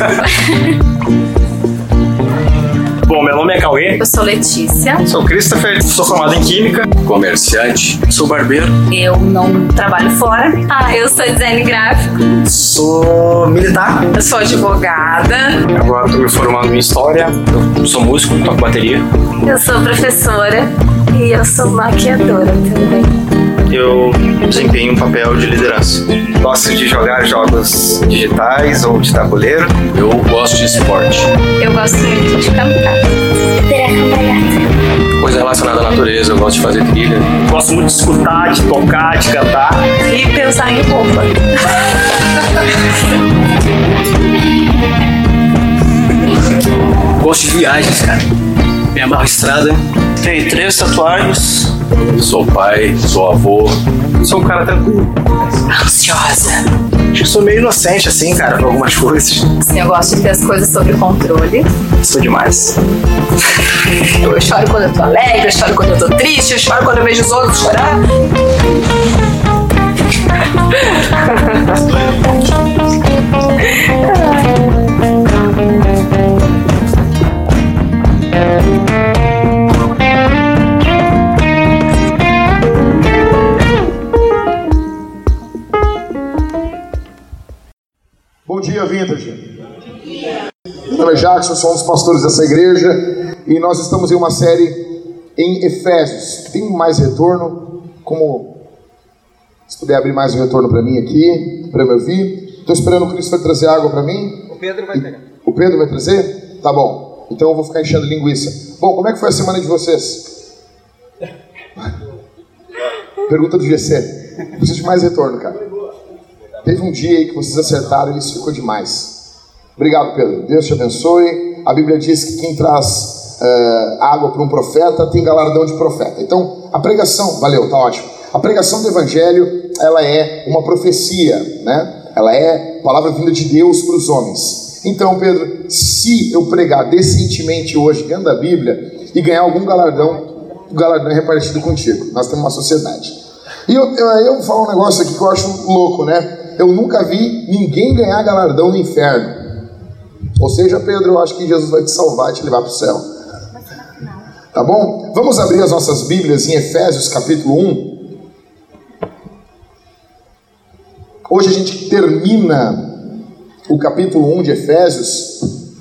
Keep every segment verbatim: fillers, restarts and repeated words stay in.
Bom, meu nome é Cauê. Eu sou Letícia. Sou Christopher. Sou formado em Química. Comerciante. Sou barbeiro. Eu não trabalho fora. Ah, eu sou design gráfico. Sou militar. Eu sou advogada. Agora estou me formando em História. Eu sou músico, toco bateria. Eu sou professora. E eu sou maquiadora também. Eu desempenho um papel de liderança. Gosto de jogar jogos digitais ou de tabuleiro. Eu gosto de esporte. Eu gosto muito de cantar. Coisa relacionada à natureza, eu gosto de fazer trilha. Gosto muito de escutar, de tocar, de cantar. E pensar em roupa. Gosto de viagens, cara. Me amarro estrada. Tenho três tatuagens. Sou pai, sou avô. Sou um cara tranquilo. Ansiosa. Acho que sou meio inocente, assim, cara, pra algumas coisas. Sim, eu gosto de ter as coisas sob controle. Sou demais. Eu choro quando eu tô alegre, eu choro quando eu tô triste, eu choro quando eu vejo os outros chorar. Bom dia, Vintage. Meu nome é Jackson, sou um dos pastores dessa igreja e nós estamos em uma série em Efésios. Tem mais retorno? Como, se puder abrir mais um retorno para mim aqui, para eu me ouvir. Estou esperando o Cristo vai trazer água para mim. O Pedro vai pegar. O Pedro vai trazer? Tá bom. Então eu vou ficar enchendo linguiça. Bom, como é que foi a semana de vocês? Pergunta do G C. Preciso de mais retorno, cara. Teve um dia aí que vocês acertaram e isso ficou demais. Obrigado, Pedro. Deus te abençoe. A Bíblia diz que quem traz uh, água para um profeta tem galardão de profeta. Então, a pregação... Valeu, tá ótimo. A pregação do Evangelho, ela é uma profecia, né? Ela é palavra vinda de Deus para os homens. Então, Pedro, se eu pregar decentemente hoje dentro da Bíblia e ganhar algum galardão, o galardão é repartido contigo. Nós temos uma sociedade. E eu, eu, eu vou falar um negócio aqui que eu acho louco, né? Eu nunca vi ninguém ganhar galardão no inferno. Ou seja, Pedro, eu acho que Jesus vai te salvar e te levar para o céu. Tá bom? Vamos abrir as nossas Bíblias em Efésios capítulo um. Hoje a gente termina o capítulo um de Efésios.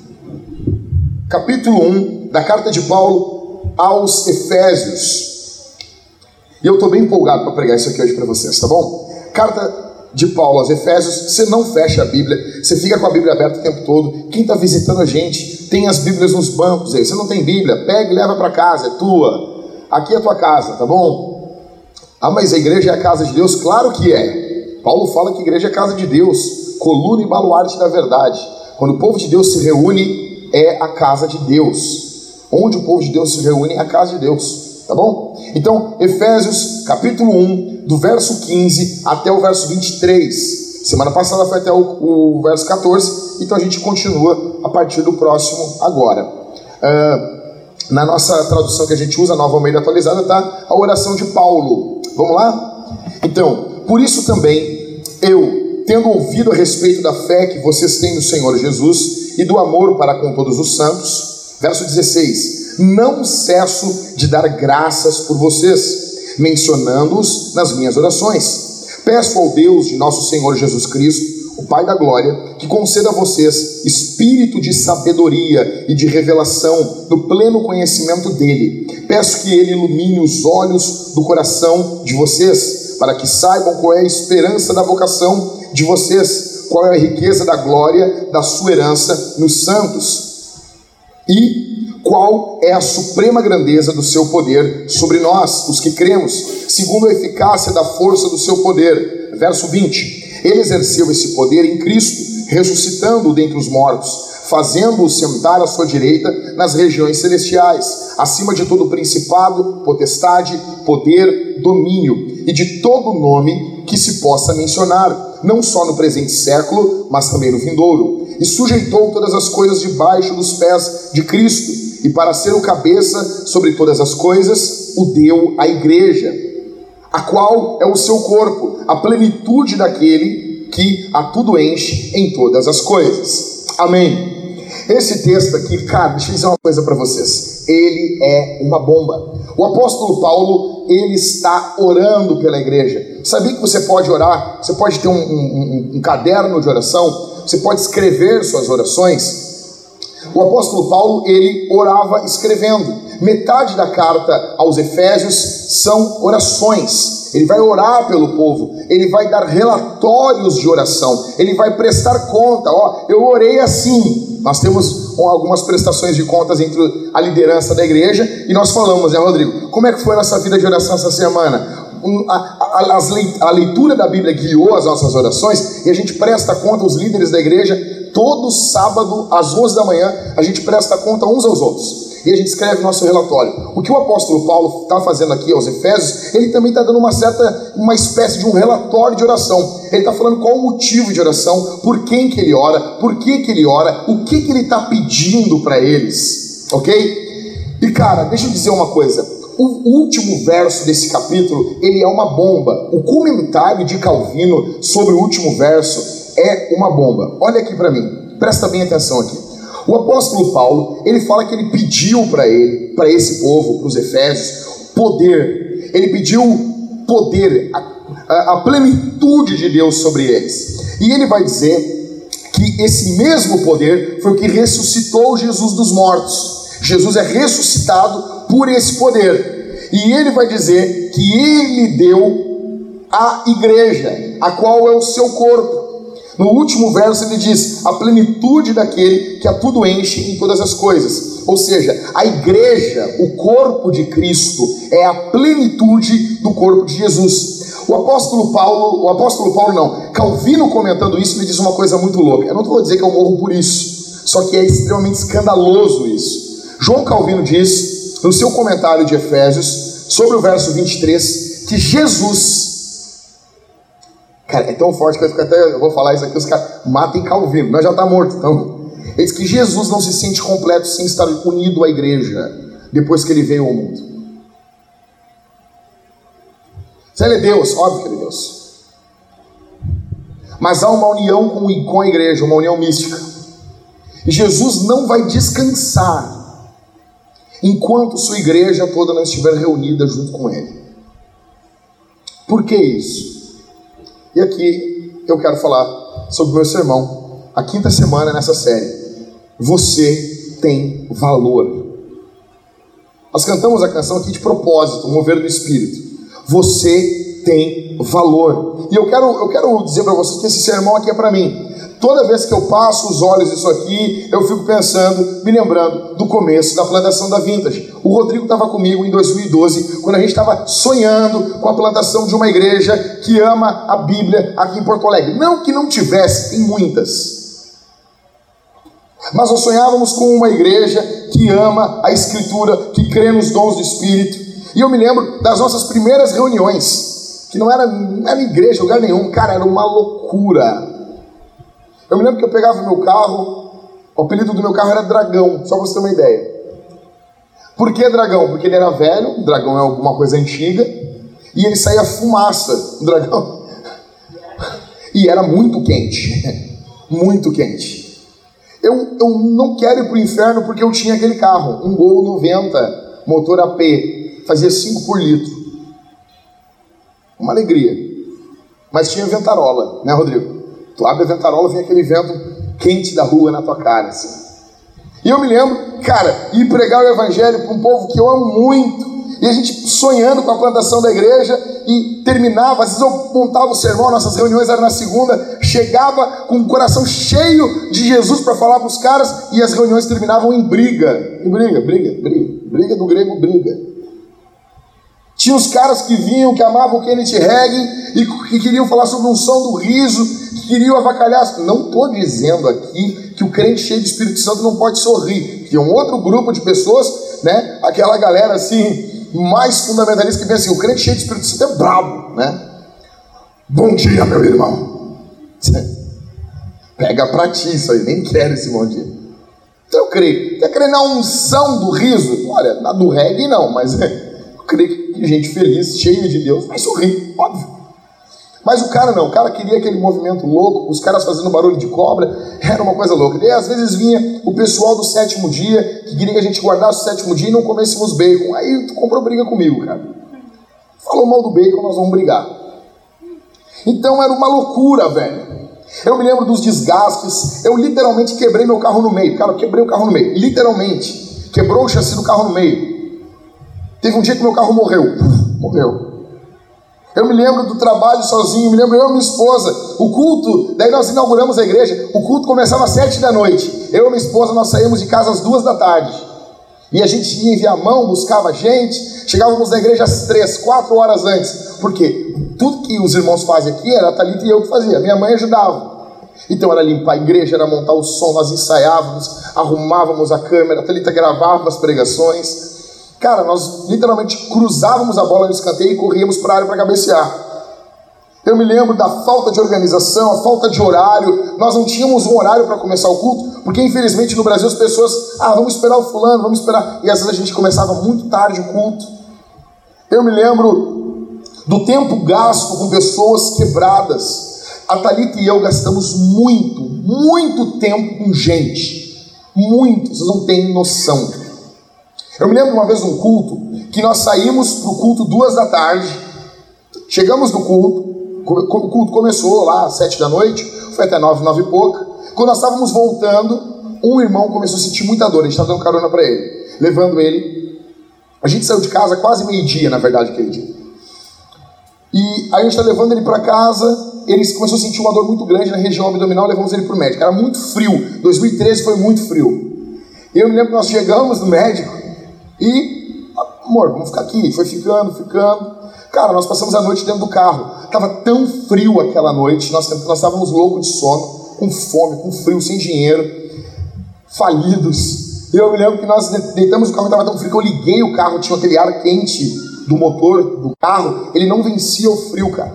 Capítulo um da carta de Paulo aos Efésios. E eu estou bem empolgado para pregar isso aqui hoje para vocês, tá bom? Carta de Paulo aos Efésios. Você não fecha a Bíblia, você fica com a Bíblia aberta o tempo todo. Quem está visitando a gente tem as Bíblias nos bancos aí. Você não tem Bíblia? Pega e leva para casa, é tua. Aqui é a tua casa, tá bom? Ah, mas a igreja é a casa de Deus? Claro que é. Paulo fala que a igreja é a casa de Deus, coluna e baluarte da verdade. Quando o povo de Deus se reúne, é a casa de Deus. Onde o povo de Deus se reúne é a casa de Deus, tá bom? Então, Efésios capítulo um, do verso quinze até o verso vinte e três. Semana passada foi até o, o verso catorze, então a gente continua a partir do próximo agora. Uh, na nossa tradução que a gente usa, a Nova Almeida Atualizada, está a oração de Paulo. Vamos lá? Então, por isso também, eu, tendo ouvido a respeito da fé que vocês têm no Senhor Jesus e do amor para com todos os santos, verso dezesseis, não cesso de dar graças por vocês, mencionando-os nas minhas orações. Peço ao Deus de nosso Senhor Jesus Cristo, o Pai da Glória, que conceda a vocês espírito de sabedoria e de revelação no pleno conhecimento dele. Peço que ele ilumine os olhos do coração de vocês, para que saibam qual é a esperança da vocação de vocês, qual é a riqueza da glória da sua herança nos santos, e qual é a suprema grandeza do seu poder sobre nós, os que cremos, segundo a eficácia da força do seu poder. Verso vinte. Ele exerceu esse poder em Cristo, ressuscitando-o dentre os mortos, fazendo-o sentar à sua direita nas regiões celestiais, acima de todo principado, potestade, poder, domínio, e de todo nome que se possa mencionar, não só no presente século, mas também no vindouro. E sujeitou todas as coisas debaixo dos pés de Cristo, e para ser o cabeça sobre todas as coisas, o deu à igreja, a qual é o seu corpo, a plenitude daquele que a tudo enche em todas as coisas. Amém. Esse texto aqui, cara, deixa eu dizer uma coisa para vocês. Ele é uma bomba. O apóstolo Paulo, ele está orando pela igreja. Sabia que você pode orar? Você pode ter um, um, um caderno de oração. Você pode escrever suas orações. O apóstolo Paulo, ele orava escrevendo. Metade da carta aos Efésios são orações. Ele vai orar pelo povo. Ele vai dar relatórios de oração. Ele vai prestar conta. Ó, eu orei assim. Nós temos algumas prestações de contas entre a liderança da igreja e nós falamos, né, Rodrigo? Como é que foi a nossa vida de oração essa semana? A, a, a leitura da Bíblia guiou as nossas orações e a gente presta conta, os líderes da igreja, todo sábado às onze da manhã, a gente presta conta uns aos outros. E a gente escreve nosso relatório. O que o apóstolo Paulo está fazendo aqui aos Efésios, ele também está dando uma certa, uma espécie de um relatório de oração. Ele está falando qual o motivo de oração, por quem que ele ora, por que que ele ora, o que que ele está pedindo para eles, ok? E cara, deixa eu dizer uma coisa, o último verso desse capítulo, ele é uma bomba. O comentário de Calvino sobre o último verso é uma bomba. Olha aqui para mim, presta bem atenção aqui. O apóstolo Paulo, ele fala que ele pediu para ele, para esse povo, para os Efésios, poder. Ele pediu poder, a, a, a plenitude de Deus sobre eles. E ele vai dizer que esse mesmo poder foi o que ressuscitou Jesus dos mortos. Jesus é ressuscitado por esse poder. E ele vai dizer que ele deu a igreja, a qual é o seu corpo. No último verso ele diz, a plenitude daquele que a tudo enche em todas as coisas. Ou seja, a igreja, o corpo de Cristo, é a plenitude do corpo de Jesus. O apóstolo Paulo, o apóstolo Paulo não, Calvino comentando isso me diz uma coisa muito louca. Eu não vou dizer que eu morro por isso, só que é extremamente escandaloso isso. João Calvino diz, no seu comentário de Efésios, sobre o verso vinte e três, que Jesus... Cara, é tão forte que eu, até, eu vou falar isso aqui, os caras matem Calvino, mas já está morto. Então, ele diz que Jesus não se sente completo sem estar unido à igreja, depois que ele veio ao mundo. Se ele é Deus, óbvio que ele é Deus. Mas há uma união com, com a igreja, uma união mística. E Jesus não vai descansar enquanto sua igreja toda não estiver reunida junto com ele. Por que isso? E aqui eu quero falar sobre o meu sermão, a quinta semana nessa série. Você tem valor. Nós cantamos a canção aqui de propósito, o mover do Espírito. Você tem valor. E eu quero, eu quero dizer para vocês que esse sermão aqui é para mim. Toda vez que eu passo os olhos nisso aqui, eu fico pensando, me lembrando do começo da plantação da Vintage. O Rodrigo estava comigo em dois mil e doze, quando a gente estava sonhando com a plantação de uma igreja que ama a Bíblia aqui em Porto Alegre. Não que não tivesse, tem muitas. Mas nós sonhávamos com uma igreja que ama a Escritura, que crê nos dons do Espírito. E eu me lembro das nossas primeiras reuniões, que não era, não era igreja, lugar nenhum. Cara, era uma loucura. Eu me lembro que eu pegava o meu carro, o apelido do meu carro era Dragão, só para você ter uma ideia. Por que Dragão? Porque ele era velho, o dragão é alguma coisa antiga, e ele saía fumaça, o dragão. E era muito quente, muito quente. Eu, eu não quero ir para o inferno porque eu tinha aquele carro, um Gol noventa, motor A P, fazia cinco por litro. Uma alegria. Mas tinha ventarola, né, Rodrigo? Tu abre a ventarola, vem aquele vento quente da rua na tua cara, assim. E eu me lembro, cara, ir pregar o evangelho para um povo que eu amo muito, e a gente sonhando com a plantação da igreja, e terminava, às vezes eu montava o sermão, nossas reuniões eram na segunda, chegava com o coração cheio de Jesus para falar para os caras, e as reuniões terminavam em briga, em briga, briga, briga, briga do grego briga. Tinha os caras que vinham, que amavam o Kenneth Hagin, e que queriam falar sobre um som do riso, que queriam avacalhar. Não estou dizendo aqui que o crente cheio de Espírito Santo não pode sorrir. Tem um outro grupo de pessoas, né? Aquela galera assim, mais fundamentalista, que pensa assim, o crente cheio de Espírito Santo é brabo, né? Bom dia, meu irmão. Pega pra ti isso aí, nem quero esse bom dia. Então eu creio. Quer crer na unção do riso? Olha, na do reggae não, mas é, eu creio que gente feliz, cheia de Deus, vai sorrir, óbvio. Mas o cara não, o cara queria aquele movimento louco, os caras fazendo barulho de cobra, era uma coisa louca. E às vezes vinha o pessoal do sétimo dia, que queria que a gente guardasse o sétimo dia e não comêssemos bacon. Aí tu comprou briga comigo, cara. Falou mal do bacon, nós vamos brigar. Então era uma loucura, velho. Eu me lembro dos desgastes, eu literalmente quebrei meu carro no meio. Cara, eu quebrei o carro no meio, literalmente. Quebrou o chassi do carro no meio. Teve um dia que meu carro morreu. Morreu. Eu me lembro do trabalho sozinho, me lembro eu e minha esposa, o culto, daí nós inauguramos a igreja, o culto começava às sete da noite, eu e minha esposa, nós saímos de casa às duas da tarde, e a gente ia em Viamão, buscava gente, chegávamos na igreja às três, quatro horas antes, porque tudo que os irmãos fazem aqui era a Thalita e eu que fazia, minha mãe ajudava, então era limpar a igreja, era montar o som, nós ensaiávamos, arrumávamos a câmera, a Thalita gravava as pregações. Cara, nós literalmente cruzávamos a bola no escanteio e corríamos para a área para cabecear. Eu me lembro da falta de organização, a falta de horário. Nós não tínhamos um horário para começar o culto, porque infelizmente no Brasil as pessoas, ah, vamos esperar o fulano, vamos esperar. E às vezes a gente começava muito tarde o culto. Eu me lembro do tempo gasto com pessoas quebradas. A Thalita e eu gastamos muito, muito tempo com gente. Muito, vocês não têm noção. Eu me lembro uma vez num culto, que nós saímos para o culto duas da tarde, chegamos no culto, o culto começou lá às sete da noite, foi até nove, nove e pouca. Quando nós estávamos voltando, um irmão começou a sentir muita dor, a gente estava dando carona para ele, levando ele. A gente saiu de casa quase meio-dia, na verdade, aquele dia. E a gente está levando ele para casa, ele começou a sentir uma dor muito grande na região abdominal, levamos ele para o médico. Era muito frio, dois mil e treze foi muito frio. E eu me lembro que nós chegamos no médico, e, amor, vamos ficar aqui. Foi ficando, ficando. Cara, nós passamos a noite dentro do carro. Tava tão frio aquela noite. Nós, nós estávamos loucos de sono, com fome, com frio, sem dinheiro, falidos. E eu me lembro que nós deitamos o carro, estava tão frio que eu liguei o carro. Tinha aquele ar quente do motor do carro. Ele não vencia o frio, cara.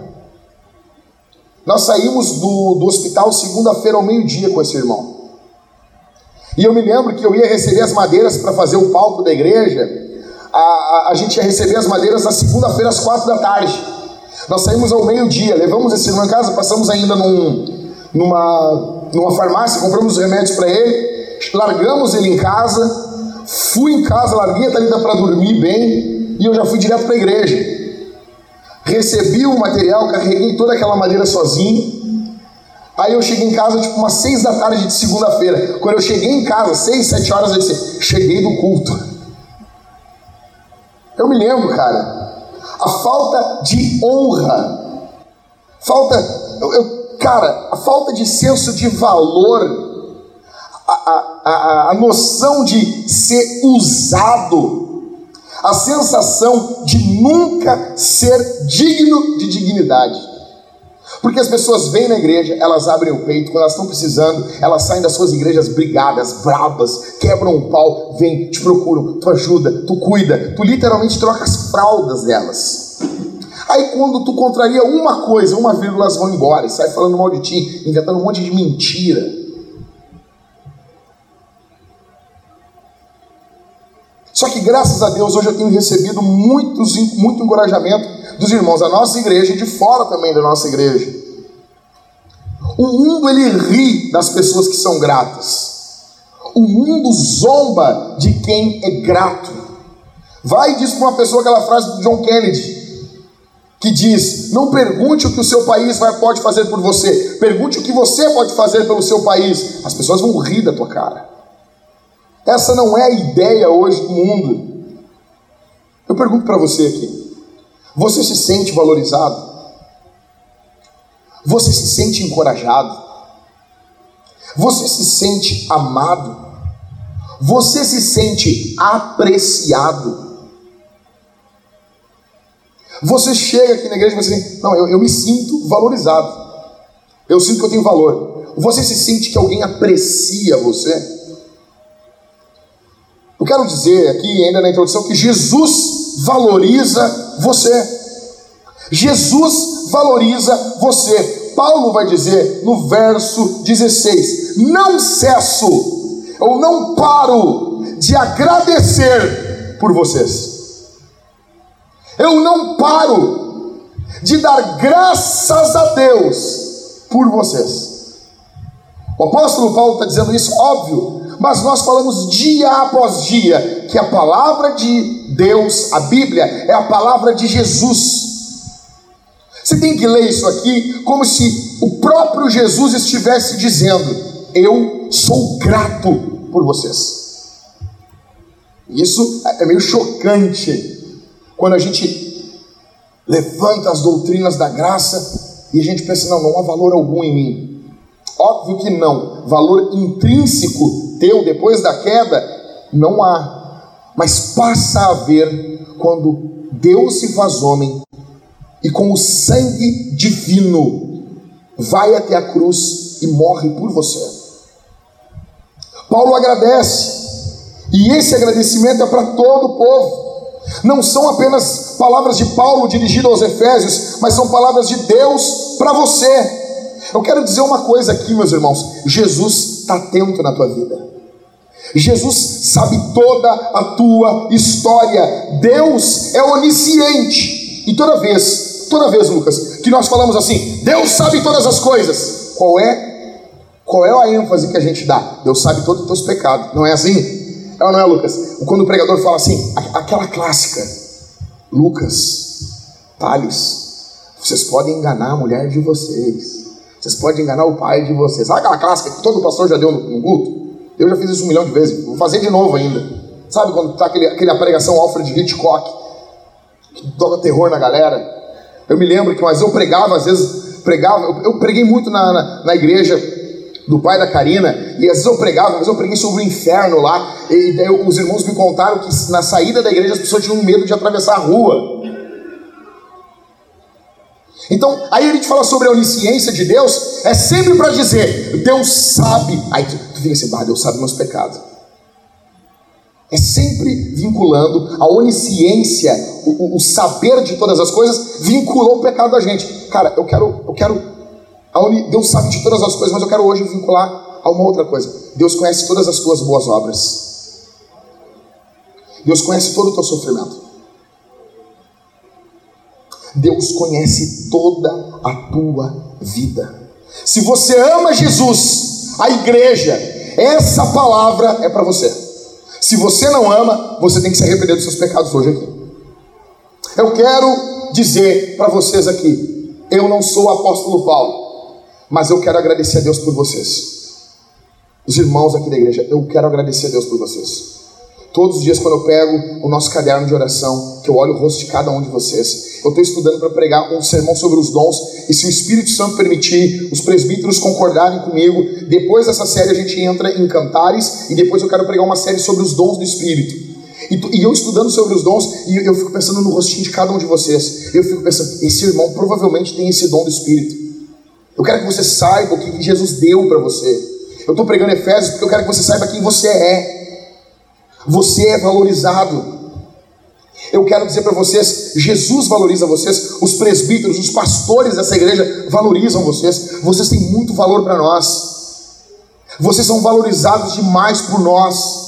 Nós saímos do, do hospital segunda-feira ao meio-dia com esse irmão. E eu me lembro que eu ia receber as madeiras para fazer o palco da igreja. A, a, a gente ia receber as madeiras na segunda-feira às quatro da tarde. Nós saímos ao meio-dia, levamos esse irmão em casa, passamos ainda num, numa, numa farmácia, compramos os remédios para ele, largamos ele em casa, fui em casa, larguei a Thalita para dormir bem, e eu já fui direto para a igreja. Recebi o material, carreguei toda aquela madeira sozinho. Aí eu cheguei em casa tipo umas seis da tarde de segunda-feira. Quando eu cheguei em casa, seis, sete horas, eu disse, cheguei do culto. Eu me lembro, cara, a falta de honra, falta, eu, eu, cara, a falta de senso de valor, a, a, a, a noção de ser usado, a sensação de nunca ser digno de dignidade. Porque as pessoas vêm na igreja, elas abrem o peito, quando elas estão precisando, elas saem das suas igrejas brigadas, brabas, quebram o pau, vêm, te procuram, tu ajuda, tu cuida, tu literalmente troca as fraldas delas. Aí quando tu contraria uma coisa, uma vírgula, elas vão embora e sai falando mal de ti, inventando um monte de mentira. Só que graças a Deus, hoje eu tenho recebido muitos, muito encorajamento dos irmãos da nossa igreja e de fora também da nossa igreja. O mundo, ele ri das pessoas que são gratas. O mundo zomba de quem é grato. Vai e diz para uma pessoa aquela frase do John Kennedy, que diz, não pergunte o que o seu país vai, pode fazer por você, pergunte o que você pode fazer pelo seu país. As pessoas vão rir da tua cara. Essa não é a ideia hoje do mundo. Eu pergunto para você aqui, você se sente valorizado? Você se sente encorajado? Você se sente amado? Você se sente apreciado? Você chega aqui na igreja e você diz, não, eu, eu me sinto valorizado. Eu sinto que eu tenho valor. Você se sente que alguém aprecia você? Eu quero dizer aqui, ainda na introdução, que Jesus valoriza você. Jesus valoriza você. Paulo vai dizer no verso dezesseis, não cesso, ou não paro de agradecer por vocês. Eu não paro de dar graças a Deus por vocês. O apóstolo Paulo está dizendo isso, óbvio, mas nós falamos dia após dia que a palavra de Deus, a Bíblia, é a palavra de Jesus. Você tem que ler isso aqui como se o próprio Jesus estivesse dizendo: eu sou grato por vocês. Isso é meio chocante quando a gente levanta as doutrinas da graça e a gente pensa: não, não há valor algum em mim. Óbvio que não. Valor intrínseco teu depois da queda não há, mas passa a haver quando Deus se faz homem e com o sangue divino vai até a cruz e morre por você. Paulo agradece, e esse agradecimento é para todo o povo. Não são apenas palavras de Paulo dirigidas aos Efésios, mas são palavras de Deus para você. Eu quero dizer uma coisa aqui, meus irmãos: Jesus está atento na tua vida. Jesus sabe toda a tua história. Deus é onisciente. E toda vez, toda vez, Lucas, que nós falamos assim, Deus sabe todas as coisas, qual é, qual é a ênfase que a gente dá? Deus sabe todos os teus pecados. Não é assim? É ou não é, Lucas? Quando o pregador fala assim, aquela clássica: Lucas, Thales, vocês podem enganar a mulher de vocês, vocês podem enganar o pai de vocês. Sabe aquela clássica que todo pastor já deu no culto? Eu já fiz isso um milhão de vezes, vou fazer de novo ainda. Sabe quando está aquele, aquele pregação Alfred Hitchcock, que toca terror na galera? Eu me lembro que, mas eu pregava, às vezes, pregava, eu, eu preguei muito na, na, na igreja do pai da Karina, e às vezes eu pregava, mas eu preguei sobre o inferno lá, e daí os irmãos me contaram que na saída da igreja as pessoas tinham medo de atravessar a rua. Então, aí a gente fala sobre a onisciência de Deus, é sempre para dizer, Deus sabe. Aí tu, tu fica assim, bah, Deus sabe meus pecados. É sempre vinculando a onisciência, o, o saber de todas as coisas, vinculou o pecado da gente. Cara, eu quero, eu quero, a uni, Deus sabe de todas as coisas, mas eu quero hoje vincular a uma outra coisa. Deus conhece todas as tuas boas obras. Deus conhece todo o teu sofrimento. Deus conhece toda a tua vida. Se você ama Jesus, a igreja, essa palavra é para você. Se você não ama, você tem que se arrepender dos seus pecados hoje aqui. Eu quero dizer para vocês aqui, eu não sou o apóstolo Paulo, mas eu quero agradecer a Deus por vocês. Os irmãos aqui da igreja, eu quero agradecer a Deus por vocês. Todos os dias quando eu pego o nosso caderno de oração, que eu olho o rosto de cada um de vocês, eu estou estudando para pregar um sermão sobre os dons, e se o Espírito Santo permitir, os presbíteros concordarem comigo, depois dessa série a gente entra em Cantares, e depois eu quero pregar uma série sobre os dons do Espírito. E, e eu estudando sobre os dons, e eu fico pensando no rostinho de cada um de vocês, eu fico pensando, esse irmão provavelmente tem esse dom do Espírito. Eu quero que você saiba o que Jesus deu para você. Eu estou pregando Efésios porque eu quero que você saiba quem você é. Você é valorizado. Eu quero dizer para vocês, Jesus valoriza vocês, os presbíteros, os pastores dessa igreja valorizam vocês. Vocês têm muito valor para nós. Vocês são valorizados demais por nós.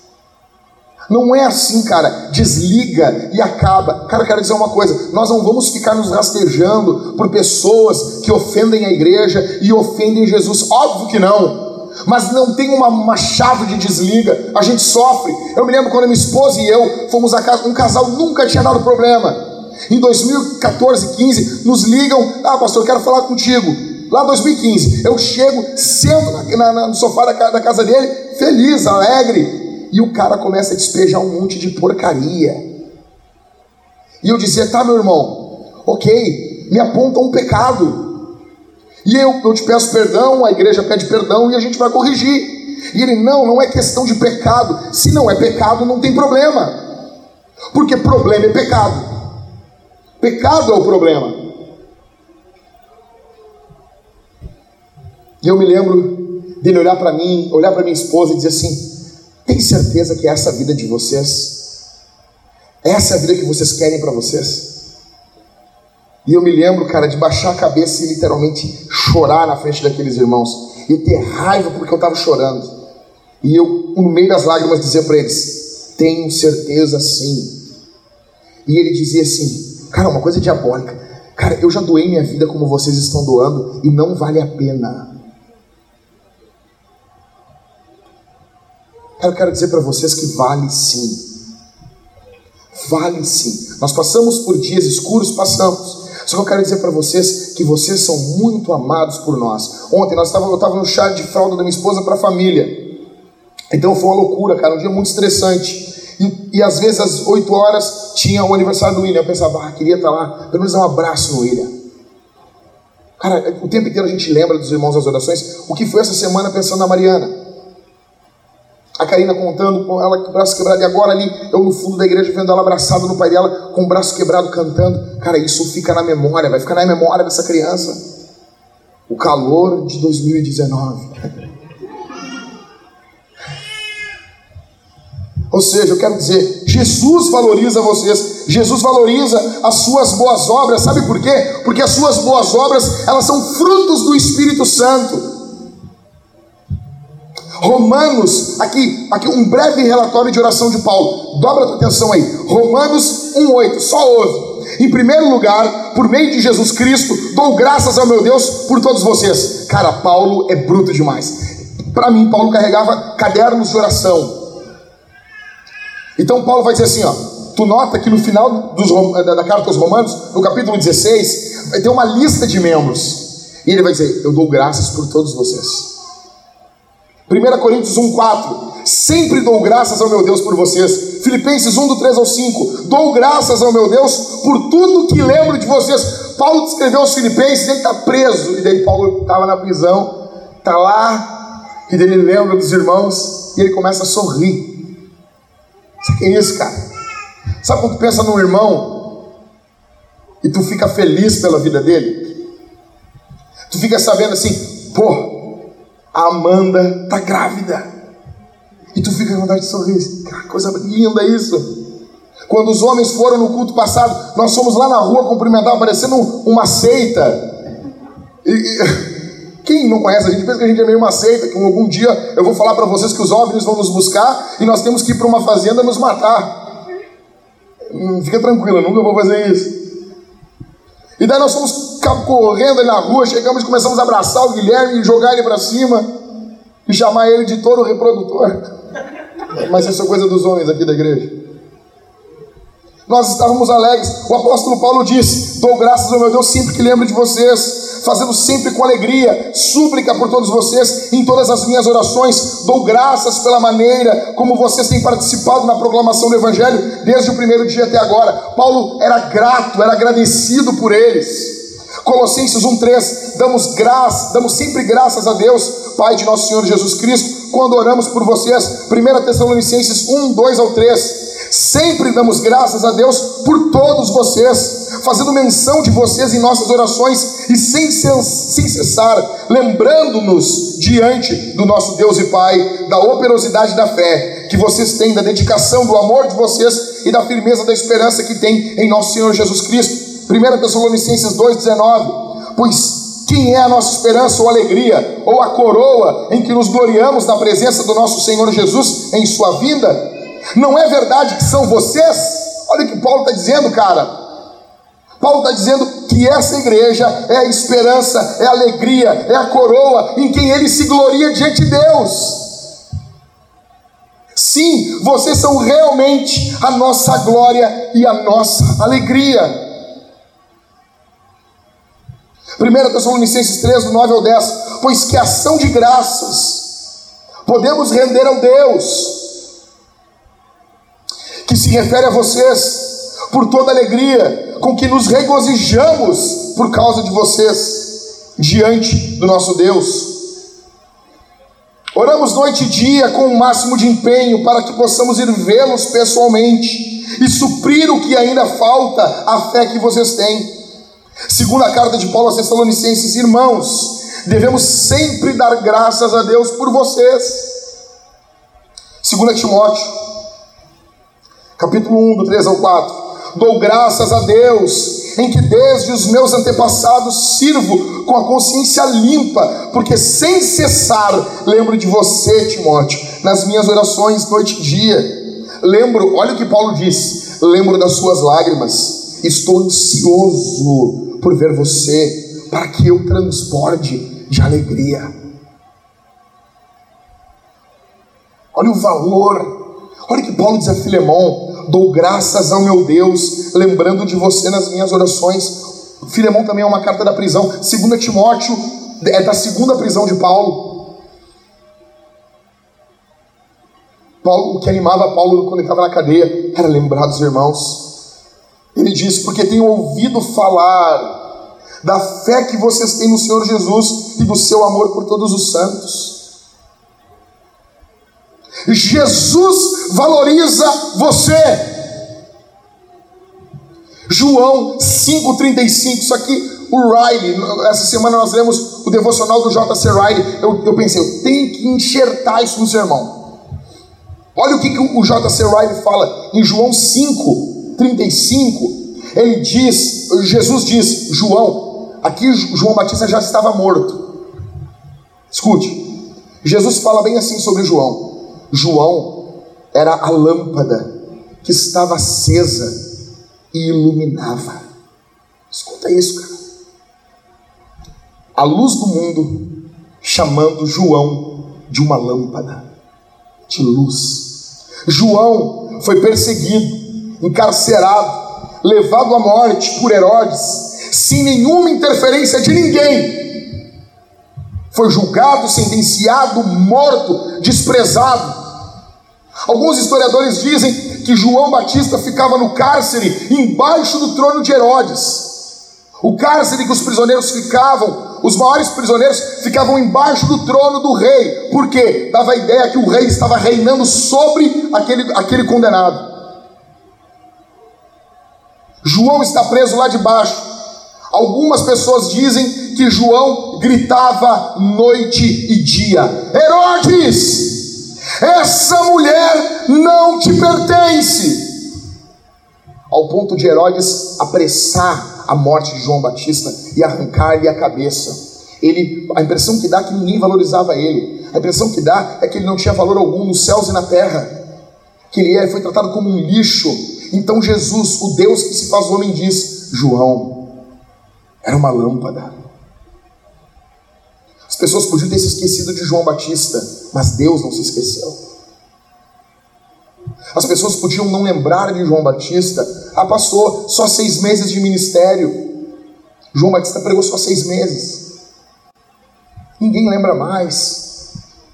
Não é assim, cara, desliga e acaba. Cara, eu quero dizer uma coisa, nós não vamos ficar nos rastejando por pessoas que ofendem a igreja e ofendem Jesus. Óbvio que não. Mas não tem uma, uma chave de desliga. A gente sofre. Eu me lembro quando a minha esposa e eu fomos a casa, um casal nunca tinha dado problema. Em dois mil e quatorze, quinze, nos ligam, ah pastor, eu quero falar contigo. Lá em dois mil e quinze, eu chego, sento na, na, no sofá da, da casa dele, feliz, alegre, e o cara começa a despejar um monte de porcaria. E eu dizia, tá meu irmão, ok, me aponta um pecado. E eu, eu te peço perdão, a igreja pede perdão e a gente vai corrigir. E ele, não, não é questão de pecado. Se não é pecado, não tem problema. Porque problema é pecado. Pecado é o problema. E eu me lembro dele olhar para mim, olhar para minha esposa e dizer assim, tem certeza que é essa a vida de vocês? Essa é a vida que vocês querem para vocês? E eu me lembro, cara, de baixar a cabeça e literalmente chorar na frente daqueles irmãos. E ter raiva porque eu estava chorando. E eu, no meio das lágrimas, dizia para eles, tenho certeza sim. E ele dizia assim, cara, uma coisa diabólica, Cara, eu já doei minha vida como vocês estão doando e não vale a pena. Cara, eu quero dizer para vocês que vale sim. Vale sim. Nós passamos por dias escuros, passamos. Só que eu quero dizer para vocês que vocês são muito amados por nós. Ontem nós tava, eu estava no chá de fralda da minha esposa para a família. Então foi uma loucura, cara, um dia muito estressante. E, e às vezes às oito horas tinha o aniversário do William. Eu pensava, ah, queria estar lá, pelo menos dar um abraço no William. Cara, o tempo inteiro a gente lembra dos irmãos das orações. O que foi essa semana pensando na Mariana. A Karina contando com ela com o braço quebrado. E agora ali, eu no fundo da igreja vendo ela abraçada no pai dela, com o braço quebrado cantando. Cara, isso fica na memória, vai ficar na memória dessa criança. O calor de dois mil e dezenove. Ou seja, eu quero dizer, Jesus valoriza vocês, Jesus valoriza as suas boas obras. Sabe por quê? Porque as suas boas obras, elas são frutos do Espírito Santo. Romanos, aqui, aqui um breve relatório de oração de Paulo. Dobra a tua atenção aí. Romanos um oito, só ouve. Em primeiro lugar, por meio de Jesus Cristo, dou graças ao meu Deus por todos vocês. Cara, Paulo é bruto demais. Para mim, Paulo carregava cadernos de oração. Então Paulo vai dizer assim, ó, tu nota que no final dos, da, da carta aos Romanos, no capítulo dezesseis, vai ter uma lista de membros. E ele vai dizer, eu dou graças por todos vocês. primeira Coríntios um quatro, sempre dou graças ao meu Deus por vocês. Filipenses um do três ao cinco, dou graças ao meu Deus por tudo que lembro de vocês. Paulo descreveu os filipenses, ele está preso, e daí Paulo estava na prisão, está lá, e daí ele lembra dos irmãos, e ele começa a sorrir. Sabe o que é isso, cara? Sabe quando tu pensa num irmão e tu fica feliz pela vida dele? Tu fica sabendo assim, pô, a Amanda tá grávida. E tu fica com vontade de sorrir. Cara, coisa linda isso. Quando os homens foram no culto passado, nós fomos lá na rua cumprimentar, parecendo uma seita. E, e, quem não conhece a gente pensa que a gente é meio uma seita, que algum dia eu vou falar para vocês que os OVNIs vão nos buscar e nós temos que ir para uma fazenda nos matar. Hum, fica tranquilo, eu nunca vou fazer isso. E daí nós fomos correndo ali na rua, chegamos e começamos a abraçar o Guilherme e jogar ele para cima e chamar ele de touro reprodutor. Mas isso é coisa dos homens aqui da igreja. Nós estávamos alegres. O apóstolo Paulo disse, dou graças ao meu Deus sempre que lembro de vocês, fazendo sempre com alegria, súplica por todos vocês, em todas as minhas orações, dou graças pela maneira como vocês têm participado na proclamação do Evangelho, desde o primeiro dia até agora. Paulo era grato, era agradecido por eles. Colossenses um três, damos graças, damos sempre graças a Deus, Pai de nosso Senhor Jesus Cristo, quando oramos por vocês. primeira Tessalonicenses um, dois ao três, sempre damos graças a Deus por todos vocês, fazendo menção de vocês em nossas orações e sem, sem cessar, lembrando-nos diante do nosso Deus e Pai da operosidade da fé que vocês têm, da dedicação, do amor de vocês e da firmeza da esperança que têm em nosso Senhor Jesus Cristo. primeira Tessalonicenses dois, dezenove, pois quem é a nossa esperança ou alegria, ou a coroa em que nos gloriamos na presença do nosso Senhor Jesus em sua vinda? Não é verdade que são vocês? Olha o que Paulo está dizendo, cara. Paulo está dizendo que essa igreja é a esperança, é a alegria, é a coroa em quem ele se gloria diante de Deus. Sim, vocês são realmente a nossa glória e a nossa alegria. primeira Tessalonicenses três, do nove ao dez, pois que ação de graças podemos render ao Deus, que se refere a vocês, por toda a alegria com que nos regozijamos por causa de vocês, diante do nosso Deus. Oramos noite e dia com o máximo de empenho, para que possamos ir vê-los pessoalmente, e suprir o que ainda falta, a fé que vocês têm. Segundo a carta de Paulo aos Tessalonicenses, irmãos, devemos sempre dar graças a Deus por vocês. Segundo Timóteo, capítulo um, do três ao quatro, dou graças a Deus, em que desde os meus antepassados sirvo com a consciência limpa, porque sem cessar lembro de você, Timóteo, nas minhas orações noite e dia. Lembro, olha o que Paulo diz, lembro das suas lágrimas, estou ansioso por ver você, para que eu transborde de alegria. Olha o valor. Olha que Paulo diz a Filemão: dou graças ao meu Deus, lembrando de você nas minhas orações. Filemão também é uma carta da prisão. Segunda Timóteo é da segunda prisão de Paulo. Paulo, o que animava Paulo quando ele estava na cadeia era lembrar dos irmãos. Ele diz: porque tenho ouvido falar da fé que vocês têm no Senhor Jesus e do seu amor por todos os santos. Jesus valoriza você. João cinco, trinta e cinco, isso aqui, o Riley, essa semana nós lemos o devocional do J C Riley. Eu, eu pensei, eu tenho que enxertar isso no sermão. Olha o que, que o J C Riley fala em João cinco, trinta e cinco. Ele diz, Jesus diz: João, aqui João Batista já estava morto. Escute, Jesus fala bem assim sobre João. João era a lâmpada que estava acesa e iluminava. Escuta isso, cara. A luz do mundo chamando João de uma lâmpada de luz. João foi perseguido, encarcerado, levado à morte por Herodes, sem nenhuma interferência de ninguém. Foi julgado, sentenciado, morto, desprezado. Alguns historiadores dizem que João Batista ficava no cárcere, embaixo do trono de Herodes. O cárcere que os prisioneiros ficavam, os maiores prisioneiros, ficavam embaixo do trono do rei. Por quê? Dava a ideia que o rei estava reinando sobre aquele, aquele condenado. João está preso lá de baixo. Algumas pessoas dizem que João gritava noite e dia: Herodes, essa mulher não te pertence. Ao ponto de Herodes apressar a morte de João Batista e arrancar-lhe a cabeça. Ele, a impressão que dá é que ninguém valorizava ele. A impressão que dá é que ele não tinha valor algum nos céus e na terra, que ele foi tratado como um lixo. Então Jesus, o Deus que se faz homem, diz: João era uma lâmpada. As pessoas podiam ter se esquecido de João Batista, mas Deus não se esqueceu. As pessoas podiam não lembrar de João Batista. Ah, passou só seis meses de ministério. João Batista pregou só seis meses. Ninguém lembra mais.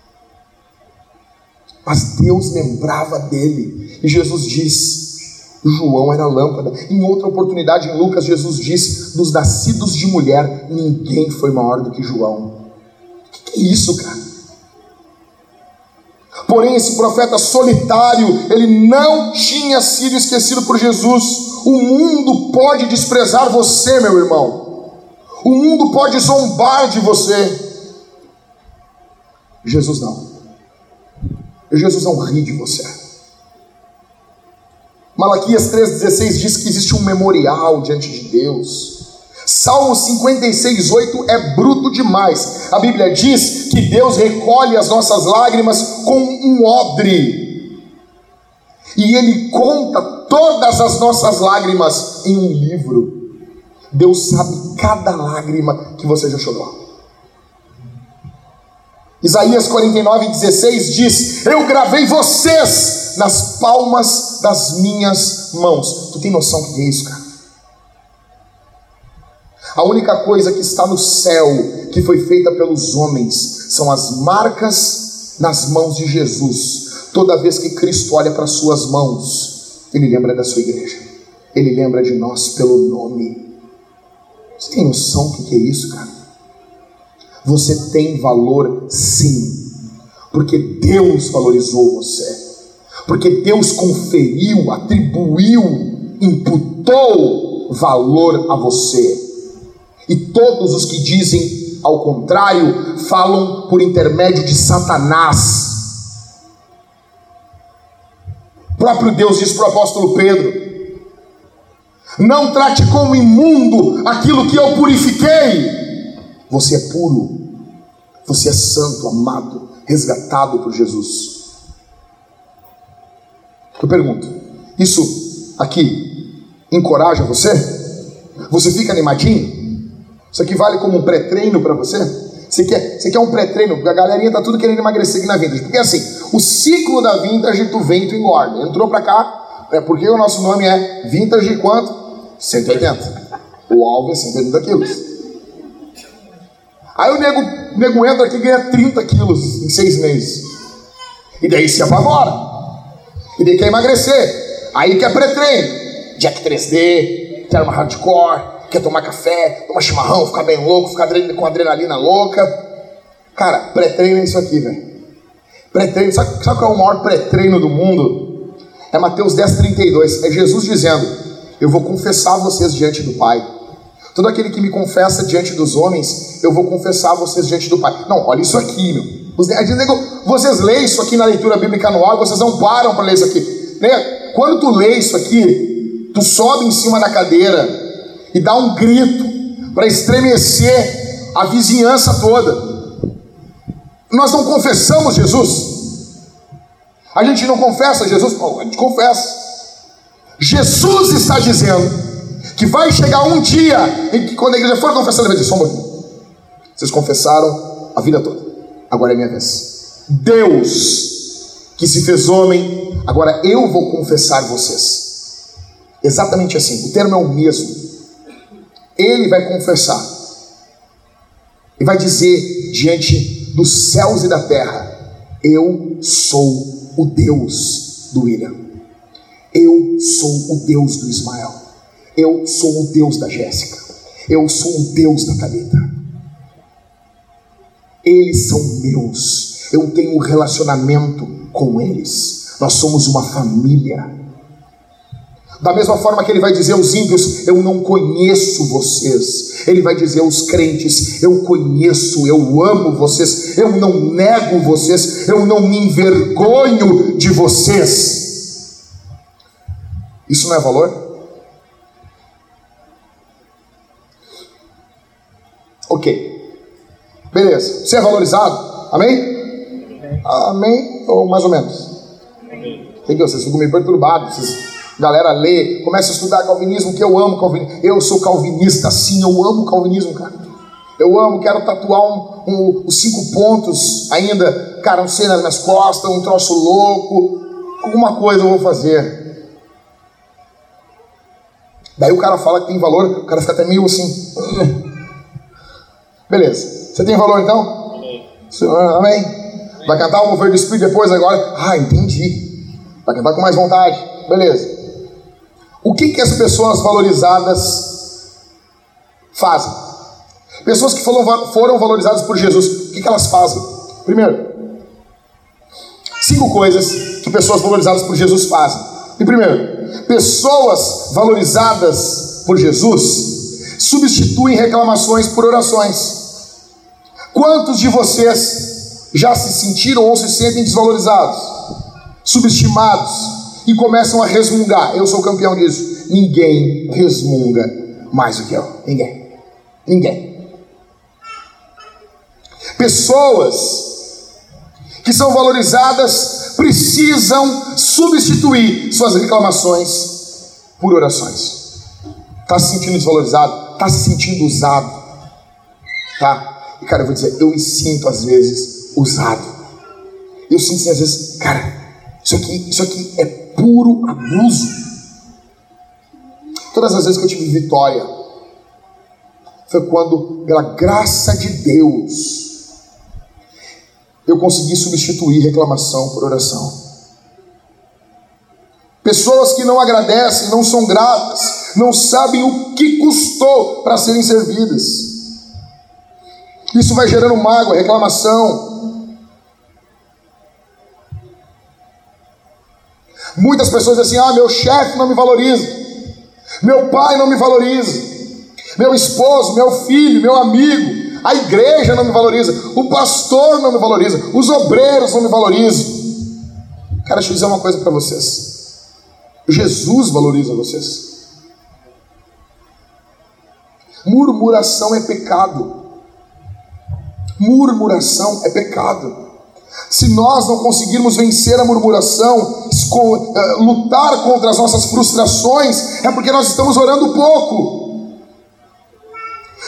Mas Deus lembrava dele. E Jesus diz: João era lâmpada. Em outra oportunidade, em Lucas, Jesus diz: dos nascidos de mulher, ninguém foi maior do que João. O que é isso, cara? Porém, esse profeta solitário, ele não tinha sido esquecido por Jesus. O mundo pode desprezar você, meu irmão. O mundo pode zombar de você. Jesus não. Jesus não ri de você. Malaquias três, dezesseis diz que existe um memorial diante de Deus. Salmo cinquenta e seis, oito é bruto demais. A Bíblia diz que Deus recolhe as nossas lágrimas com um odre, e Ele conta todas as nossas lágrimas em um livro. Deus sabe cada lágrima que você já chorou. Isaías quarenta e nove, dezesseis diz: eu gravei vocês nas palmas das minhas mãos. Tu tem noção do que é isso, cara? A única coisa que está no céu, que foi feita pelos homens, são as marcas nas mãos de Jesus. Toda vez que Cristo olha para as suas mãos, Ele lembra da sua igreja. Ele lembra de nós pelo nome. Você tem noção do que é isso, cara? Você tem valor, sim, porque Deus valorizou você, porque Deus conferiu, atribuiu, imputou valor a você. E todos os que dizem ao contrário falam por intermédio de Satanás. O próprio Deus diz para o apóstolo Pedro: não trate como imundo aquilo que eu purifiquei. Você é puro, você é santo, amado, resgatado por Jesus. Eu pergunto, isso aqui encoraja você? Você fica animadinho? Isso aqui vale como um pré-treino para você? Você quer, você quer um pré-treino? A galerinha tá tudo querendo emagrecer aqui na Vintage. Porque assim, o ciclo da Vintage, tu vem e tu engorda. Entrou pra cá, é porque o nosso nome é Vintage quanto? cento e oitenta. O alvo é cento e oitenta quilos. Aí o nego, o nego entra aqui e ganha trinta quilos em seis meses. E daí se apavora. E daí quer emagrecer. Aí quer pré-treino. Jack três D, termo hardcore, quer tomar café, tomar chimarrão, ficar bem louco, ficar com adrenalina louca. Cara, pré-treino é isso aqui, velho. Pré-treino, sabe, sabe qual é o maior pré-treino do mundo? É Mateus dez, trinta e dois. É Jesus dizendo: eu vou confessar vocês diante do Pai. Todo aquele que me confessa diante dos homens, eu vou confessar vocês diante do Pai. Não, olha isso aqui, meu. Vocês leem isso aqui na leitura bíblica anual, vocês não param para ler isso aqui. Quando tu lê isso aqui, tu sobe em cima da cadeira e dá um grito para estremecer a vizinhança toda. Nós não confessamos Jesus. A gente não confessa Jesus? Oh, a gente confessa. Jesus está dizendo que vai chegar um dia em que, quando a igreja for confessar, ele vai dizer: só um pouquinho. Vocês confessaram a vida toda, agora é minha vez. Deus, que se fez homem, agora eu vou confessar vocês. Exatamente assim, o termo é o mesmo. Ele vai confessar e vai dizer diante dos céus e da terra: eu sou o Deus do William, eu sou o Deus do Ismael, eu sou o Deus da Jéssica, eu sou o Deus da Thalita. Eles são meus, eu tenho um relacionamento com eles, nós somos uma família. Da mesma forma que ele vai dizer aos ímpios: eu não conheço vocês. Ele vai dizer aos crentes: eu conheço, eu amo vocês, eu não nego vocês, eu não me envergonho de vocês. Isso não é valor? Ok, beleza. Você é valorizado? Amém? Amém? Ou mais ou menos? Tem que vocês ficam meio perturbados. Vocês... Galera, lê, começa a estudar calvinismo, que eu amo calvinismo. Eu sou calvinista, sim, eu amo calvinismo, cara. Eu amo, quero tatuar um, um, os cinco pontos ainda, cara, não sei, nas minhas costas, um troço louco. Alguma coisa eu vou fazer. Daí o cara fala que tem valor, o cara fica até meio assim. Beleza, você tem valor então? Amém? Vai cantar o Mover do Espírito depois agora? Ah, entendi. Vai cantar com mais vontade. Beleza. O que que as pessoas valorizadas fazem? Pessoas que foram, foram valorizadas por Jesus, o que que elas fazem? Primeiro, cinco coisas que pessoas valorizadas por Jesus fazem. E primeiro, pessoas valorizadas por Jesus substituem reclamações por orações. Quantos de vocês já se sentiram ou se sentem desvalorizados, subestimados, e começam a resmungar? Eu sou campeão disso. Ninguém resmunga mais do que eu. Ninguém. Ninguém. Pessoas que são valorizadas precisam substituir suas reclamações por orações. Está se sentindo desvalorizado? Está se sentindo usado? Tá? E cara, eu vou dizer, eu me sinto às vezes usado. Eu sinto assim, às vezes, cara, isso aqui, isso aqui é puro abuso. Todas as vezes que eu tive vitória foi quando, pela graça de Deus, eu consegui substituir reclamação por oração. Pessoas que não agradecem, não são gratas, não sabem o que custou para serem servidas. Isso vai gerando mágoa, reclamação. Muitas pessoas dizem assim: ah, meu chefe não me valoriza, meu pai não me valoriza, meu esposo, meu filho, meu amigo, a igreja não me valoriza, o pastor não me valoriza, os obreiros não me valorizam. Cara, deixa eu dizer uma coisa para vocês: Jesus valoriza vocês. Murmuração é pecado. Murmuração é pecado. Se nós não conseguirmos vencer a murmuração, lutar contra as nossas frustrações, é porque nós estamos orando pouco.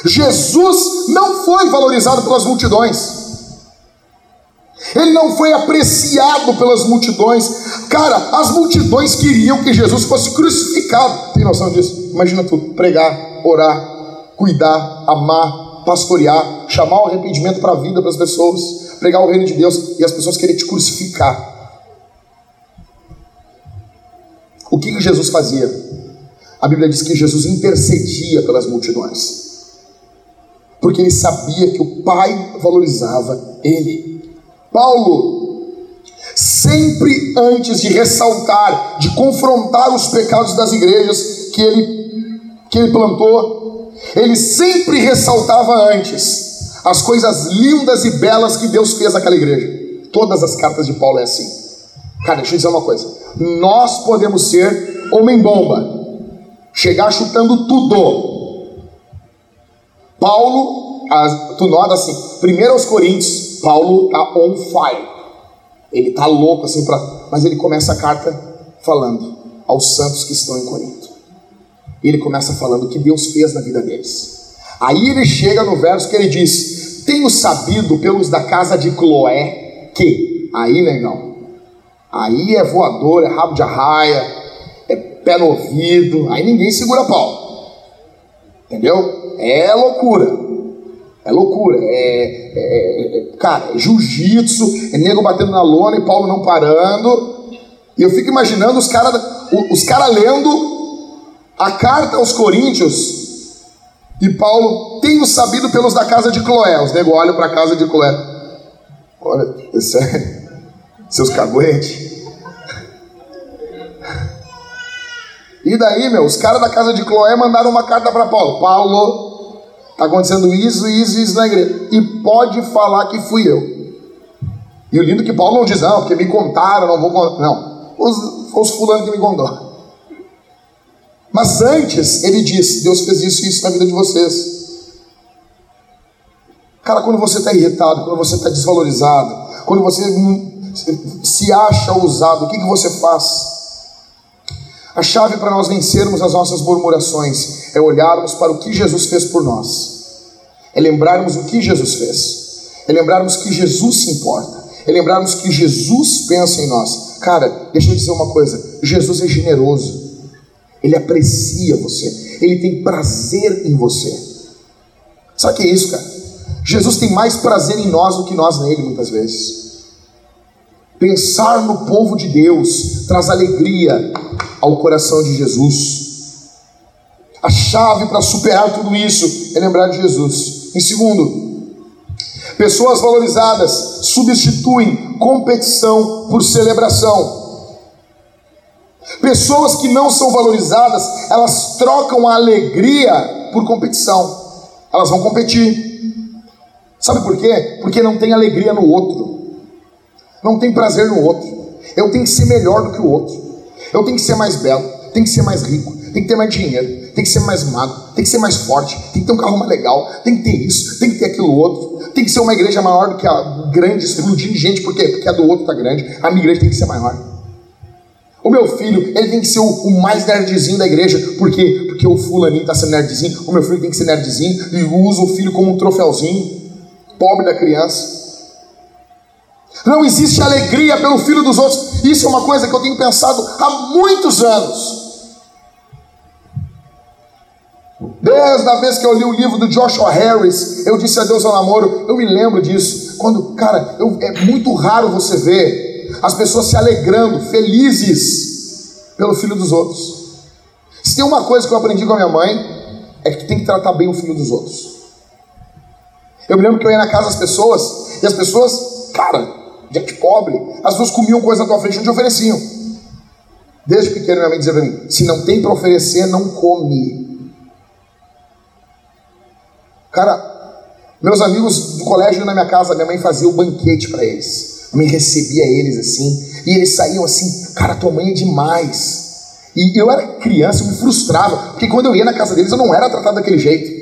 Jesus não foi valorizado pelas multidões. Ele não foi apreciado pelas multidões. Cara, as multidões queriam que Jesus fosse crucificado. Tem noção disso? Imagina tu pregar, orar, cuidar, amar, pastorear, chamar o arrependimento para a vida para as pessoas, pregar o reino de Deus e as pessoas querem te crucificar. O que que Jesus fazia? A Bíblia diz que Jesus intercedia pelas multidões, porque ele sabia que o Pai valorizava ele. Paulo, sempre antes de ressaltar, de confrontar os pecados das igrejas que ele, que ele plantou, ele sempre ressaltava antes as coisas lindas e belas que Deus fez naquela igreja. Todas as cartas de Paulo é assim. Cara, deixa eu dizer uma coisa. Nós podemos ser homem-bomba, chegar chutando tudo. Paulo, tu nota assim, primeiro aos Coríntios, Paulo está on fire, ele está louco assim, pra... mas ele começa a carta falando aos santos que estão em Corinto. Ele começa falando o que Deus fez na vida deles. Aí ele chega no verso que ele diz: tenho sabido pelos da casa de Cloé que, aí negão, aí é voador, é rabo de arraia, é pé no ouvido, aí ninguém segura Paulo, entendeu? É loucura. É loucura, é, é, é cara, é jiu-jitsu, é nego batendo na lona e Paulo não parando. E eu fico imaginando os caras os cara lendo a carta aos Coríntios e Paulo, tenho sabido pelos da casa de Cloé. Os nego olham para a casa de Cloé. Olha, é sério, seus caguetes. E daí, meu, os caras da casa de Cloé mandaram uma carta para Paulo. Paulo, está acontecendo isso, isso, isso na igreja. E pode falar que fui eu. E o lindo é que Paulo não diz, não, porque me contaram, não vou contar. Não, os, os fulanos que me contaram. Mas antes, ele diz, Deus fez isso e isso na vida de vocês. Cara, quando você está irritado, quando você está desvalorizado, quando você se acha ousado, o que, que você faz? A chave para nós vencermos as nossas murmurações é olharmos para o que Jesus fez por nós, é lembrarmos o que Jesus fez, é lembrarmos que Jesus se importa, é lembrarmos que Jesus pensa em nós. Cara, deixa eu dizer uma coisa, Jesus é generoso, Ele aprecia você, Ele tem prazer em você. Sabe o que é isso, cara? Jesus tem mais prazer em nós do que nós nele, muitas vezes. Pensar no povo de Deus traz alegria ao coração de Jesus. A chave para superar tudo isso é lembrar de Jesus. Em segundo, pessoas valorizadas substituem competição por celebração. Pessoas que não são valorizadas, elas trocam a alegria por competição. Elas vão competir. Sabe por quê? Porque não tem alegria no outro, não tem prazer no outro. Eu tenho que ser melhor do que o outro, eu tenho que ser mais belo, tenho que ser mais rico, tem que ter mais dinheiro, tem que ser mais magro, tem que ser mais forte, tem que ter um carro mais legal, tem que ter isso, tem que ter aquilo outro, tem que ser uma igreja maior do que a grande, explodir de gente. Por quê? Porque a do outro está grande, a minha igreja tem que ser maior. O meu filho, ele tem que ser o, o mais nerdzinho da igreja. Por quê? Porque o fulaninho está sendo nerdzinho, o meu filho tem que ser nerdzinho, e usa o filho como um troféuzinho, pobre da criança. Não existe alegria pelo filho dos outros. Isso é uma coisa que eu tenho pensado há muitos anos. Desde a vez que eu li o livro do Joshua Harris, Eu Disse Adeus ao Namoro, eu me lembro disso. Quando, cara, eu, é muito raro você ver as pessoas se alegrando, felizes pelo filho dos outros. Se tem uma coisa que eu aprendi com a minha mãe, é que tu tem que tratar bem o filho dos outros. Eu me lembro que eu ia na casa das pessoas, e as pessoas, cara, gente pobre, as pessoas comiam coisa na tua frente e não te ofereciam. Desde pequeno minha mãe dizia para mim, se não tem para oferecer, não come. Cara, meus amigos do colégio na minha casa, minha mãe fazia o banquete para eles, a mãe recebia eles assim, e eles saíam assim, cara, tua mãe é demais. E eu era criança, eu me frustrava, porque quando eu ia na casa deles eu não era tratado daquele jeito.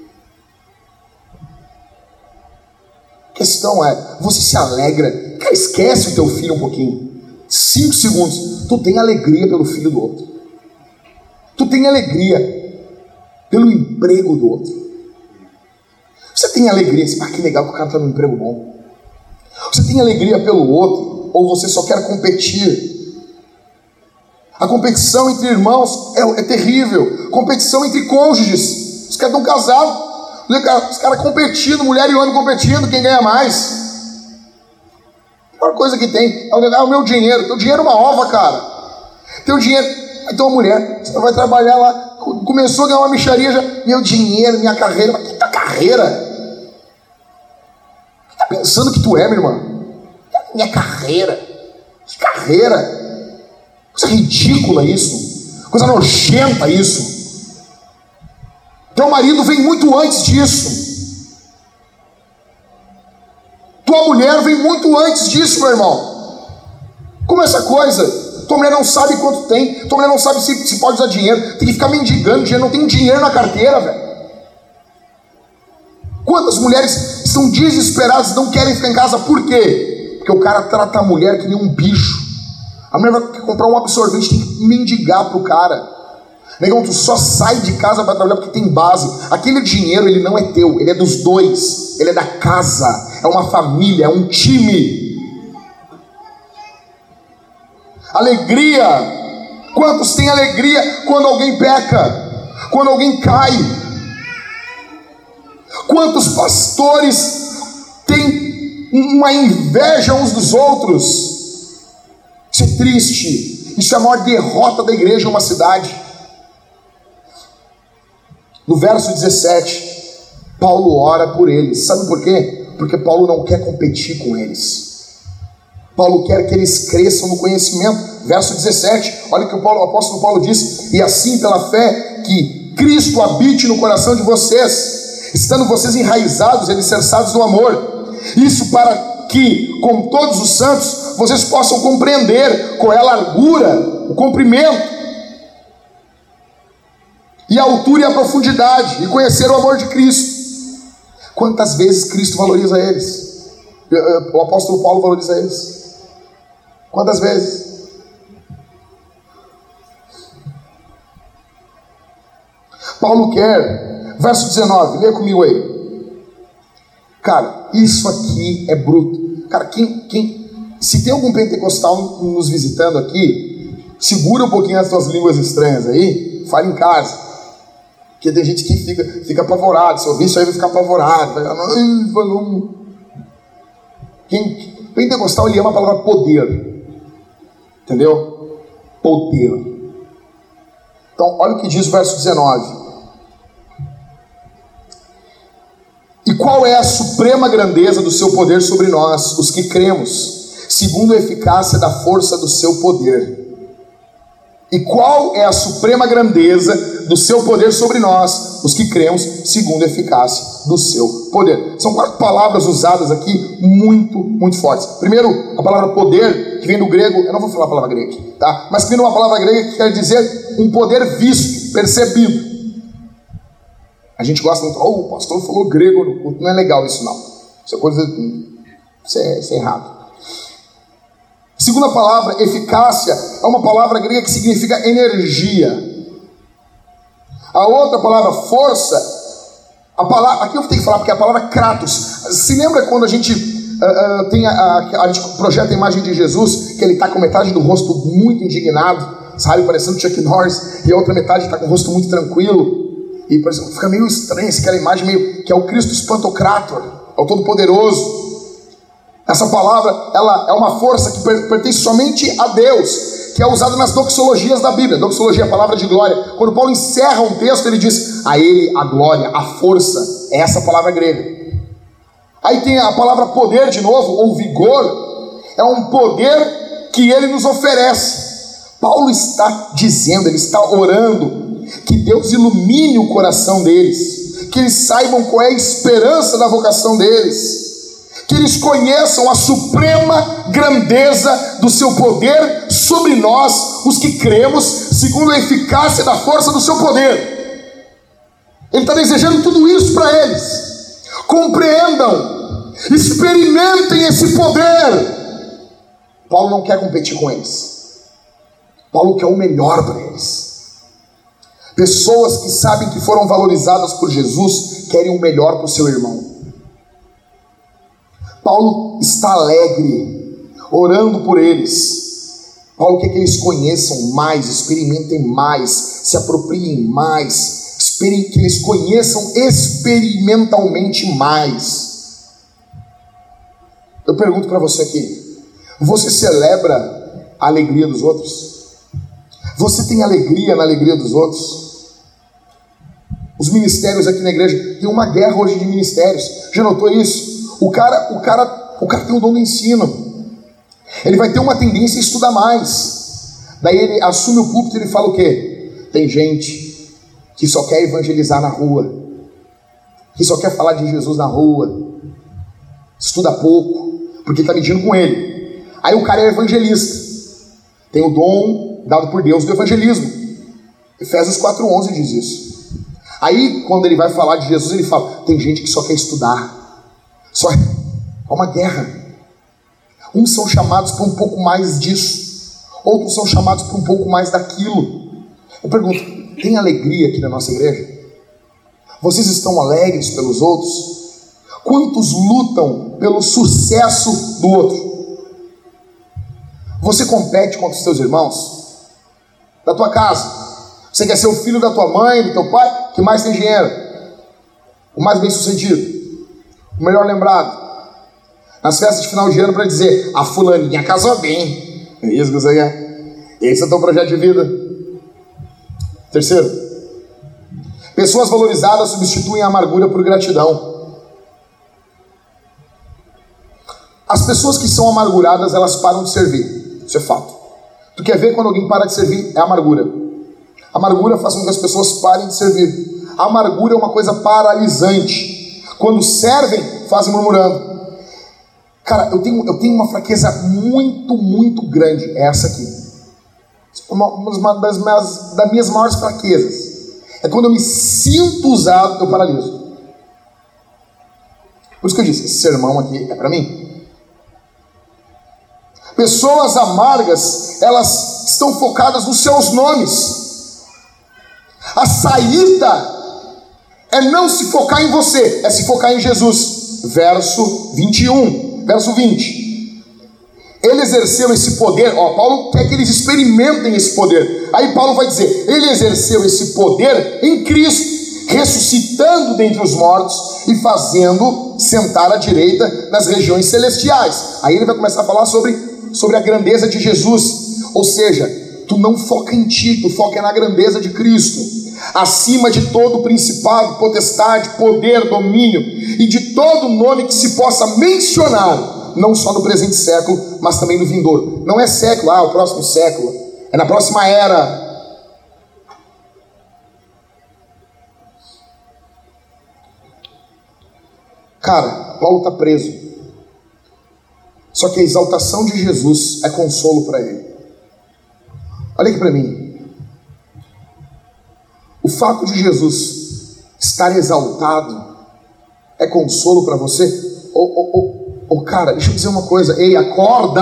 A questão é, você se alegra, cara, esquece o teu filho um pouquinho, cinco segundos, tu tem alegria pelo filho do outro, tu tem alegria pelo emprego do outro, Você tem alegria, ah, que legal que o cara está num emprego bom. Você tem alegria pelo outro, ou você só quer competir? A competição entre irmãos é, é terrível. Competição entre cônjuges. Os caras estão casados, os caras competindo, mulher e homem competindo, quem ganha mais. A pior coisa que tem é o meu dinheiro. Teu dinheiro é uma ova, cara. Teu dinheiro. Então a mulher, você vai trabalhar lá, começou a ganhar uma mixaria já. Meu dinheiro, minha carreira. Mas que tá carreira? Tá pensando que tu é, meu irmão? Minha carreira. Que carreira? Coisa ridícula isso. Coisa nojenta isso. Teu marido vem muito antes disso. Tua mulher vem muito antes disso, meu irmão. Como essa coisa? Tua mulher não sabe quanto tem. Tua mulher não sabe se, se pode usar dinheiro. Tem que ficar mendigando dinheiro. Não tem dinheiro na carteira, velho. Quantas mulheres estão desesperadas e não querem ficar em casa? Por quê? Porque o cara trata a mulher que nem um bicho. A mulher vai comprar um absorvente, tem que mendigar pro cara. Negão, tu só sai de casa para trabalhar porque tem base. Aquele dinheiro, ele não é teu, ele é dos dois. Ele é da casa, é uma família, é um time. Alegria. Quantos têm alegria quando alguém peca? Quando alguém cai? Quantos pastores têm uma inveja uns dos outros? Isso é triste. Isso é a maior derrota da igreja em uma cidade. No verso dezessete, Paulo ora por eles. Sabe por quê? Porque Paulo não quer competir com eles. Paulo quer que eles cresçam no conhecimento. Verso dezessete, olha o que o, Paulo, o apóstolo Paulo disse: e assim pela fé que Cristo habite no coração de vocês, estando vocês enraizados e alicerçados no amor. Isso para que, com todos os santos, vocês possam compreender qual é a largura, o comprimento, e a altura e a profundidade, e conhecer o amor de Cristo. Quantas vezes Cristo valoriza eles? O apóstolo Paulo valoriza eles. Quantas vezes? Paulo quer, verso dezenove, lê comigo aí. Cara, isso aqui é bruto. Cara, quem, quem, se tem algum pentecostal nos visitando aqui, segura um pouquinho as suas línguas estranhas aí, fala em casa. Porque tem gente que fica, fica apavorado. Se ouvir isso aí vai ficar apavorado. Vai falar, ai, falou. Quem, pentecostal, ele ama a palavra poder. Entendeu? Poder. Então, olha o que diz o verso dezenove. E qual é a suprema grandeza do seu poder sobre nós, os que cremos, segundo a eficácia da força do seu poder? E qual é a suprema grandeza do seu poder sobre nós, os que cremos, segundo a eficácia do seu poder? São quatro palavras usadas aqui, muito, muito fortes. Primeiro, a palavra poder, que vem do grego, eu não vou falar a palavra grega aqui, tá? Mas que vem de uma palavra grega que quer dizer um poder visto, percebido. A gente gosta muito, oh, o pastor falou grego no culto. Não é legal isso, não. Isso é coisa, isso é, isso é errado. A segunda palavra, eficácia, é uma palavra grega que significa energia. A outra palavra, força, a palavra, aqui eu tenho que falar porque é a palavra kratos. Se lembra quando a gente uh, uh, tem a, a, a gente projeta a imagem de Jesus, que ele está com metade do rosto muito indignado, sabe, parecendo Chuck Norris, e a outra metade está com o rosto muito tranquilo. E por exemplo, fica meio estranho aquela imagem meio, que é o Cristo Espantocrator, é o Todo-Poderoso. Essa palavra, ela é uma força que pertence somente a Deus, que é usada nas doxologias da Bíblia. Doxologia é a palavra de glória. Quando Paulo encerra um texto, ele diz: a ele a glória, a força. É essa palavra grega. Aí tem a palavra poder de novo, ou vigor. É um poder que ele nos oferece. Paulo está dizendo, ele está orando que Deus ilumine o coração deles, que eles saibam qual é a esperança da vocação deles, que eles conheçam a suprema grandeza do seu poder sobre nós, os que cremos, segundo a eficácia da força do seu poder. Ele está desejando tudo isso para eles. Compreendam, experimentem esse poder. Paulo não quer competir com eles. Paulo quer o melhor para eles. Pessoas que sabem que foram valorizadas por Jesus, que querem o melhor para o seu irmão. Paulo está alegre, orando por eles. Paulo quer que eles conheçam mais, experimentem mais, se apropriem mais, que eles conheçam experimentalmente mais. Eu pergunto para você aqui, você celebra a alegria dos outros? Você tem alegria na alegria dos outros? Os ministérios aqui na igreja, tem uma guerra hoje de ministérios. Já notou isso? O cara, o cara, o cara tem o dom do ensino. Ele vai ter uma tendência a estudar mais. Daí ele assume o púlpito e ele fala o quê? Tem gente que só quer evangelizar na rua, que só quer falar de Jesus na rua, estuda pouco, porque está medindo com ele. Aí o cara é evangelista, tem o dom dado por Deus do evangelismo. Efésios quatro onze diz isso. Aí quando ele vai falar de Jesus, ele fala, tem gente que só quer estudar, só é uma guerra. Uns são chamados para um pouco mais disso, outros são chamados para um pouco mais daquilo. Eu pergunto, tem alegria aqui na nossa igreja? Vocês estão alegres pelos outros? Quantos lutam pelo sucesso do outro? Você compete contra os seus irmãos? Da tua casa? Você quer ser o filho da tua mãe, do teu pai, que mais tem dinheiro? O mais bem sucedido? O melhor lembrado? Nas festas de final de ano para dizer, a fulaninha casou bem. É isso que você quer? Esse é o teu projeto de vida. Terceiro, pessoas valorizadas substituem a amargura por gratidão. As pessoas que são amarguradas, elas param de servir. Isso é fato. Tu quer ver quando alguém para de servir? É amargura. A amargura faz com que as pessoas parem de servir. A amargura é uma coisa paralisante. Quando servem, fazem murmurando. Cara, eu tenho, eu tenho uma fraqueza muito, muito grande. É essa aqui. Uma, uma das, minhas, das minhas maiores fraquezas. É quando eu me sinto usado, eu paraliso. Por isso que eu disse, esse sermão aqui é para mim. Pessoas amargas, elas estão focadas nos seus nomes. A saída é não se focar em você, é se focar em Jesus. Verso vinte e um, verso vinte. Ele exerceu esse poder, ó, Paulo quer que eles experimentem esse poder. Aí Paulo vai dizer, ele exerceu esse poder em Cristo, ressuscitando dentre os mortos e fazendo sentar à direita nas regiões celestiais. Aí ele vai começar a falar sobre, sobre a grandeza de Jesus. Ou seja, tu não foca em ti, tu foca na grandeza de Cristo. Acima de todo principado, potestade, poder, domínio e de todo nome que se possa mencionar, não só no presente século, mas também no vindouro. Não é século, ah, o próximo século, é na próxima era. Cara, Paulo está preso, só que a exaltação de Jesus é consolo para ele. Olha aqui para mim. O fato de Jesus estar exaltado é consolo para você? Ô, ô, ô, ô, cara, deixa eu dizer uma coisa. Ei, acorda!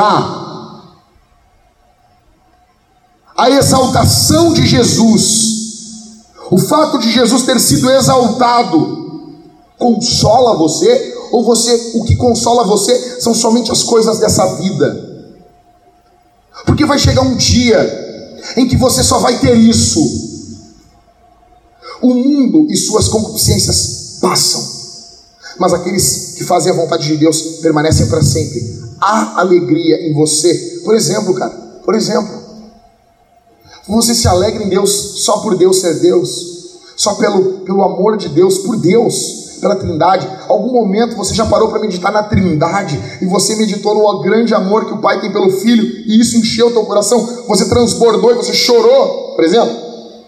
A exaltação de Jesus, o fato de Jesus ter sido exaltado, consola você? Ou você, o que consola você são somente as coisas dessa vida? Porque vai chegar um dia em que você só vai ter isso. O mundo e suas concupiscências passam, mas aqueles que fazem a vontade de Deus permanecem para sempre. Há alegria em você. Por exemplo, cara, por exemplo, você se alegra em Deus só por Deus ser Deus, só pelo, pelo amor de Deus, por Deus, pela Trindade. Algum momento você já parou para meditar na Trindade e você meditou no grande amor que o Pai tem pelo Filho e isso encheu o teu coração, você transbordou e você chorou, por exemplo?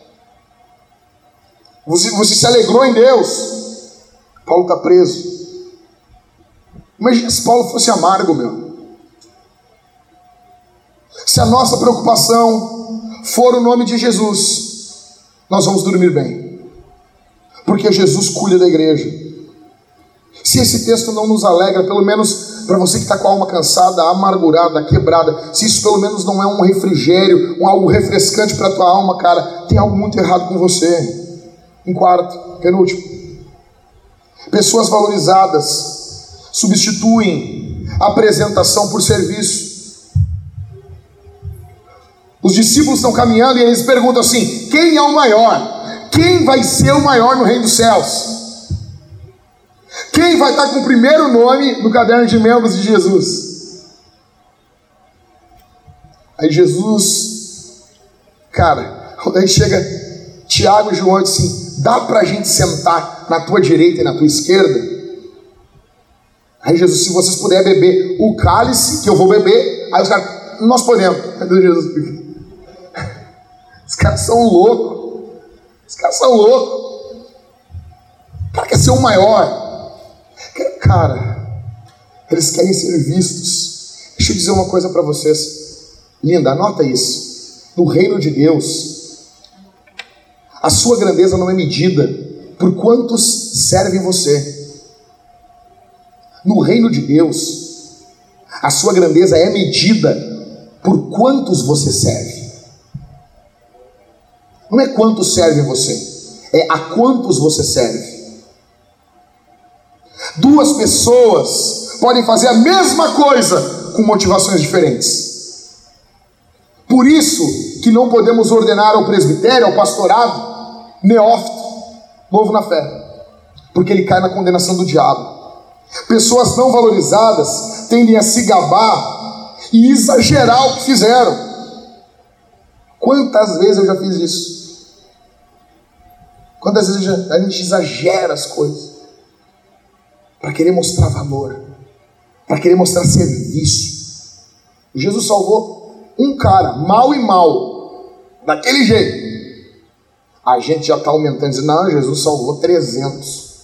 Você, você se alegrou em Deus. Paulo está preso. Imagina se Paulo fosse amargo, meu. Se a nossa preocupação for o nome de Jesus, nós vamos dormir bem, porque Jesus cuida da igreja. Se esse texto não nos alegra, pelo menos para você que está com a alma cansada, amargurada, quebrada, se isso pelo menos não é um refrigério, um algo refrescante para a tua alma, cara, tem algo muito errado com você. Em quarto, penúltimo, Pessoas valorizadas substituem apresentação por serviço. Os discípulos estão caminhando e eles perguntam assim: quem é o maior? Quem vai ser o maior no reino dos céus? Quem vai estar com o primeiro nome no caderno de membros de Jesus? Aí Jesus, cara, aí chega Tiago e João e diz assim: dá pra gente sentar na tua direita e na tua esquerda? Aí Jesus: se vocês puderem beber o cálice que eu vou beber. Aí os caras: nós podemos. Aí Jesus: os caras são loucos. Os caras são loucos. O cara quer ser o maior. Cara, eles querem ser vistos. Deixa eu dizer uma coisa para vocês. Linda, anota isso. No reino de Deus, a sua grandeza não é medida por quantos servem você. No reino de Deus, a sua grandeza é medida por quantos você serve. Não é quantos servem você, é a quantos você serve. Duas pessoas podem fazer a mesma coisa com motivações diferentes. Por isso que não podemos ordenar ao presbitério, ao pastorado, neófito, novo na fé, porque ele cai na condenação do diabo. Pessoas não valorizadas tendem a se gabar e exagerar o que fizeram. Quantas vezes eu já fiz isso? Quantas vezes já, a gente exagera as coisas para querer mostrar valor, para querer mostrar serviço. Jesus salvou um cara, mal e mal, daquele jeito. A gente já está aumentando, dizendo: não, Jesus salvou trezentos.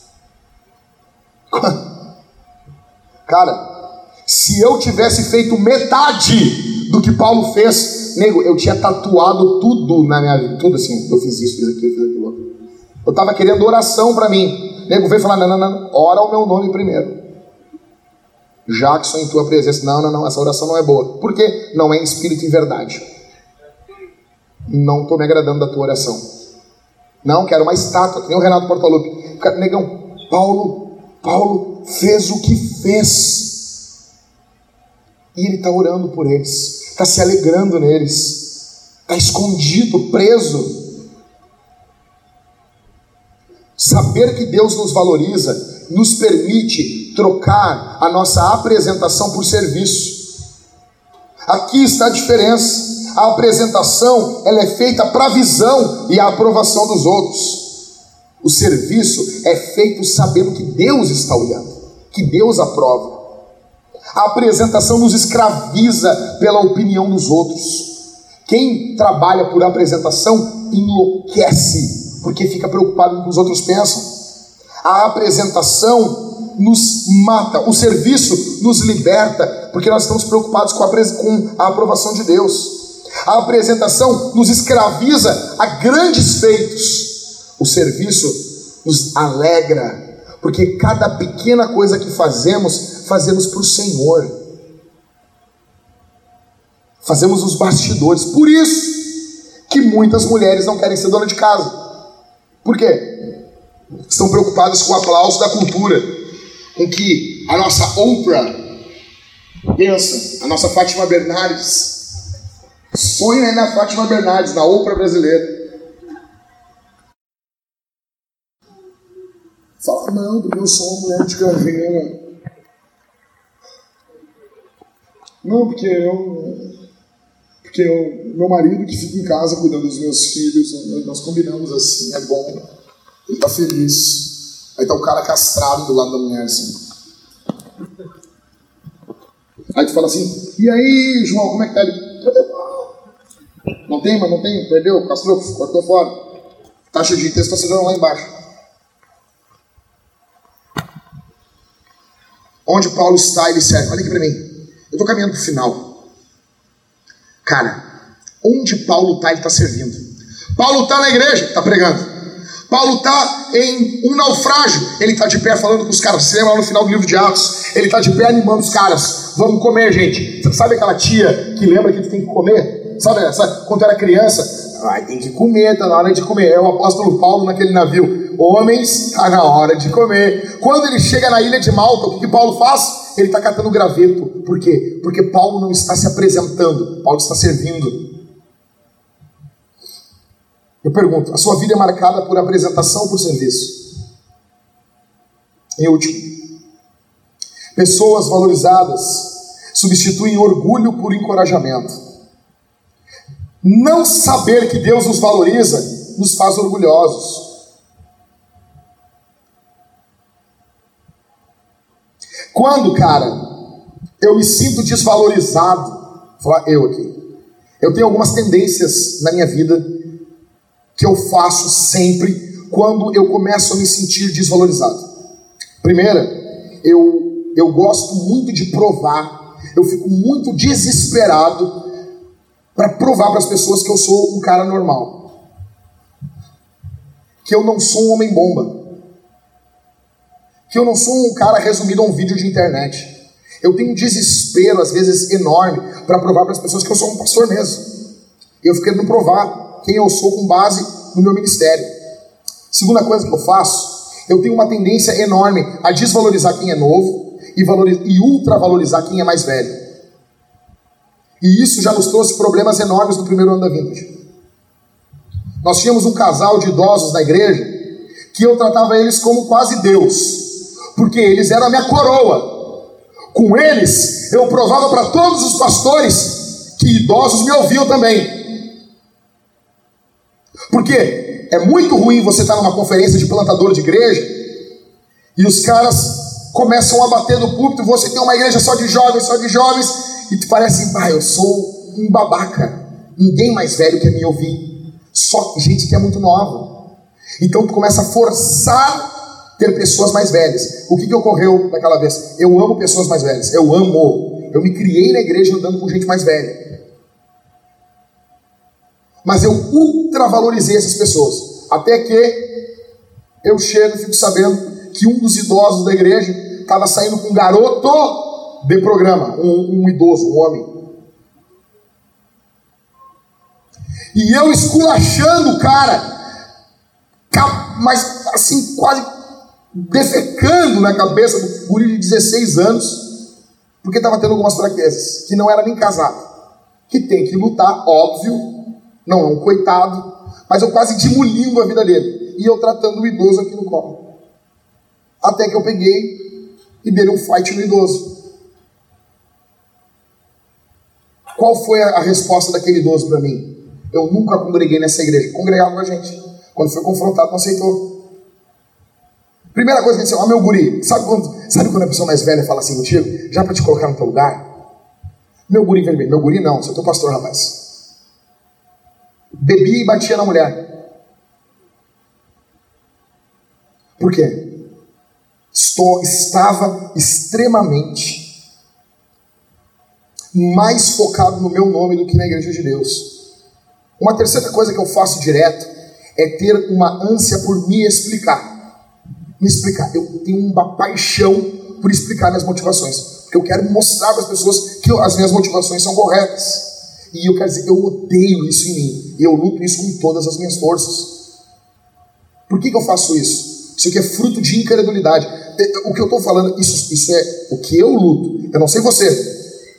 Cara, se eu tivesse feito metade do que Paulo fez, nego, eu tinha tatuado tudo na minha vida, tudo assim, eu fiz isso, fiz aquilo, fiz aquilo. Eu estava querendo oração para mim. Nego veio falar: não, não, não, ora o meu nome primeiro. Jackson, em tua presença. Não, não, não, essa oração não é boa. Por quê? Não é em espírito e em verdade. Não estou me agradando da tua oração. Não, quero uma estátua, que nem o Renato Portaluppi. Negão, Paulo, Paulo fez o que fez. E ele está orando por eles, está se alegrando neles, está escondido, preso. Saber que Deus nos valoriza nos permite trocar a nossa apresentação por serviço. Aqui está a diferença. A apresentação, ela é feita para a visão e a aprovação dos outros. O serviço é feito sabendo que Deus está olhando, que Deus aprova. A apresentação nos escraviza pela opinião dos outros. Quem trabalha por apresentação enlouquece, porque fica preocupado com o que os outros pensam. A apresentação nos mata, o serviço nos liberta, porque nós estamos preocupados com a, com a aprovação de Deus. A apresentação nos escraviza a grandes feitos. O serviço nos alegra, porque cada pequena coisa que fazemos, fazemos para o Senhor. Fazemos os bastidores. Por isso que muitas mulheres não querem ser dona de casa. Por quê? Estão preocupadas com o aplauso da cultura, com que a nossa Oprah pensa, a nossa Fátima Bernardes. Sonho é na Fátima Bernardes, na Oprah brasileira. Fala: não, porque eu sou uma mulher de carreira. Não, porque eu... Porque eu, meu marido que fica em casa cuidando dos meus filhos, nós combinamos assim, é bom. Ele tá feliz. Aí tá o cara castrado do lado da mulher, assim. Aí tu fala assim: e aí, João, como é que tá ele? Não tem, mas não tem, perdeu, castrou, cortou fora. Taxa de testosterona lá embaixo. Onde Paulo está, ele serve. Olha aqui pra mim. Eu tô caminhando pro final. Cara, onde Paulo está, ele está servindo. Paulo está na igreja, está pregando. Paulo está em um naufrágio, ele está de pé falando com os caras. Você lembra lá no final do livro de Atos? Ele está de pé animando os caras. Vamos comer, gente. Sabe aquela tia que lembra que tu tem que comer? Sabe, sabe quando tu era criança, vai, tem que comer, tá na hora de comer. É o apóstolo Paulo naquele navio. Homens, tá na hora de comer. Quando ele chega na ilha de Malta, o que, que Paulo faz? Ele está catando graveto. Por quê? Porque Paulo não está se apresentando, Paulo está servindo. Eu pergunto, a sua vida é marcada por apresentação ou por serviço? Em último, pessoas valorizadas substituem orgulho por encorajamento. Não saber que Deus nos valoriza nos faz orgulhosos. Quando, cara, eu me sinto desvalorizado, vou falar eu aqui, eu tenho algumas tendências na minha vida que eu faço sempre quando eu começo a me sentir desvalorizado. Primeira, eu, eu gosto muito de provar, eu fico muito desesperado para provar para as pessoas que eu sou um cara normal, que eu não sou um homem bomba, que eu não sou um cara resumido a um vídeo de internet. Eu tenho um desespero, às vezes, enorme para provar para as pessoas que eu sou um pastor mesmo. Eu fico querendo provar quem eu sou com base no meu ministério. Segunda coisa que eu faço, eu tenho uma tendência enorme a desvalorizar quem é novo e, valoriza, e ultravalorizar quem é mais velho. E isso já nos trouxe problemas enormes no primeiro ano da Vintage. Nós tínhamos um casal de idosos na igreja que eu tratava eles como quase Deus, porque eles eram a minha coroa. Com eles, eu provava para todos os pastores que idosos me ouviam também. Porque é muito ruim você estar numa conferência de plantador de igreja e os caras começam a bater no púlpito, você tem uma igreja só de jovens, só de jovens, e tu parece, ah, eu sou um babaca, ninguém mais velho quer me ouvir, só gente que é muito nova. Então tu começa a forçar ter pessoas mais velhas. O que, que ocorreu naquela vez? Eu amo pessoas mais velhas, eu amo, eu me criei na igreja andando com gente mais velha. Mas eu ultravalorizei essas pessoas. Até que eu chego e fico sabendo que um dos idosos da igreja estava saindo com um garoto de programa, um, um idoso, um homem. E eu esculachando o cara, mas assim, quase defecando na cabeça do guri de dezesseis anos, porque estava tendo algumas fraquezas, que não era nem casado, que tem que lutar, óbvio. Não é um coitado, mas eu quase demolindo a vida dele. E eu tratando o idoso aqui no colo. Até que eu peguei e dei um fight no idoso. Qual foi a resposta daquele idoso para mim? Eu nunca congreguei nessa igreja. Congregava com a gente. Quando foi confrontado, não aceitou. Primeira coisa que ele disse, ó, meu guri, sabe quando, sabe quando a pessoa mais velha fala assim contigo? Já para te colocar no teu lugar? Meu guri vermelho. Meu guri não, sou teu pastor, rapaz. Bebia e batia na mulher. Por quê? Estou, estava extremamente mais focado no meu nome do que na igreja de Deus. Uma terceira coisa que eu faço direto é ter uma ânsia por me explicar. Me explicar. Eu tenho uma paixão por explicar minhas motivações. Porque eu quero mostrar para as pessoas que as minhas motivações são corretas. E eu quero dizer, eu odeio isso em mim. E eu luto isso com todas as minhas forças. Por que, que eu faço isso? Isso aqui é fruto de incredulidade. O que eu estou falando, isso, isso é o que eu luto. Eu não sei você.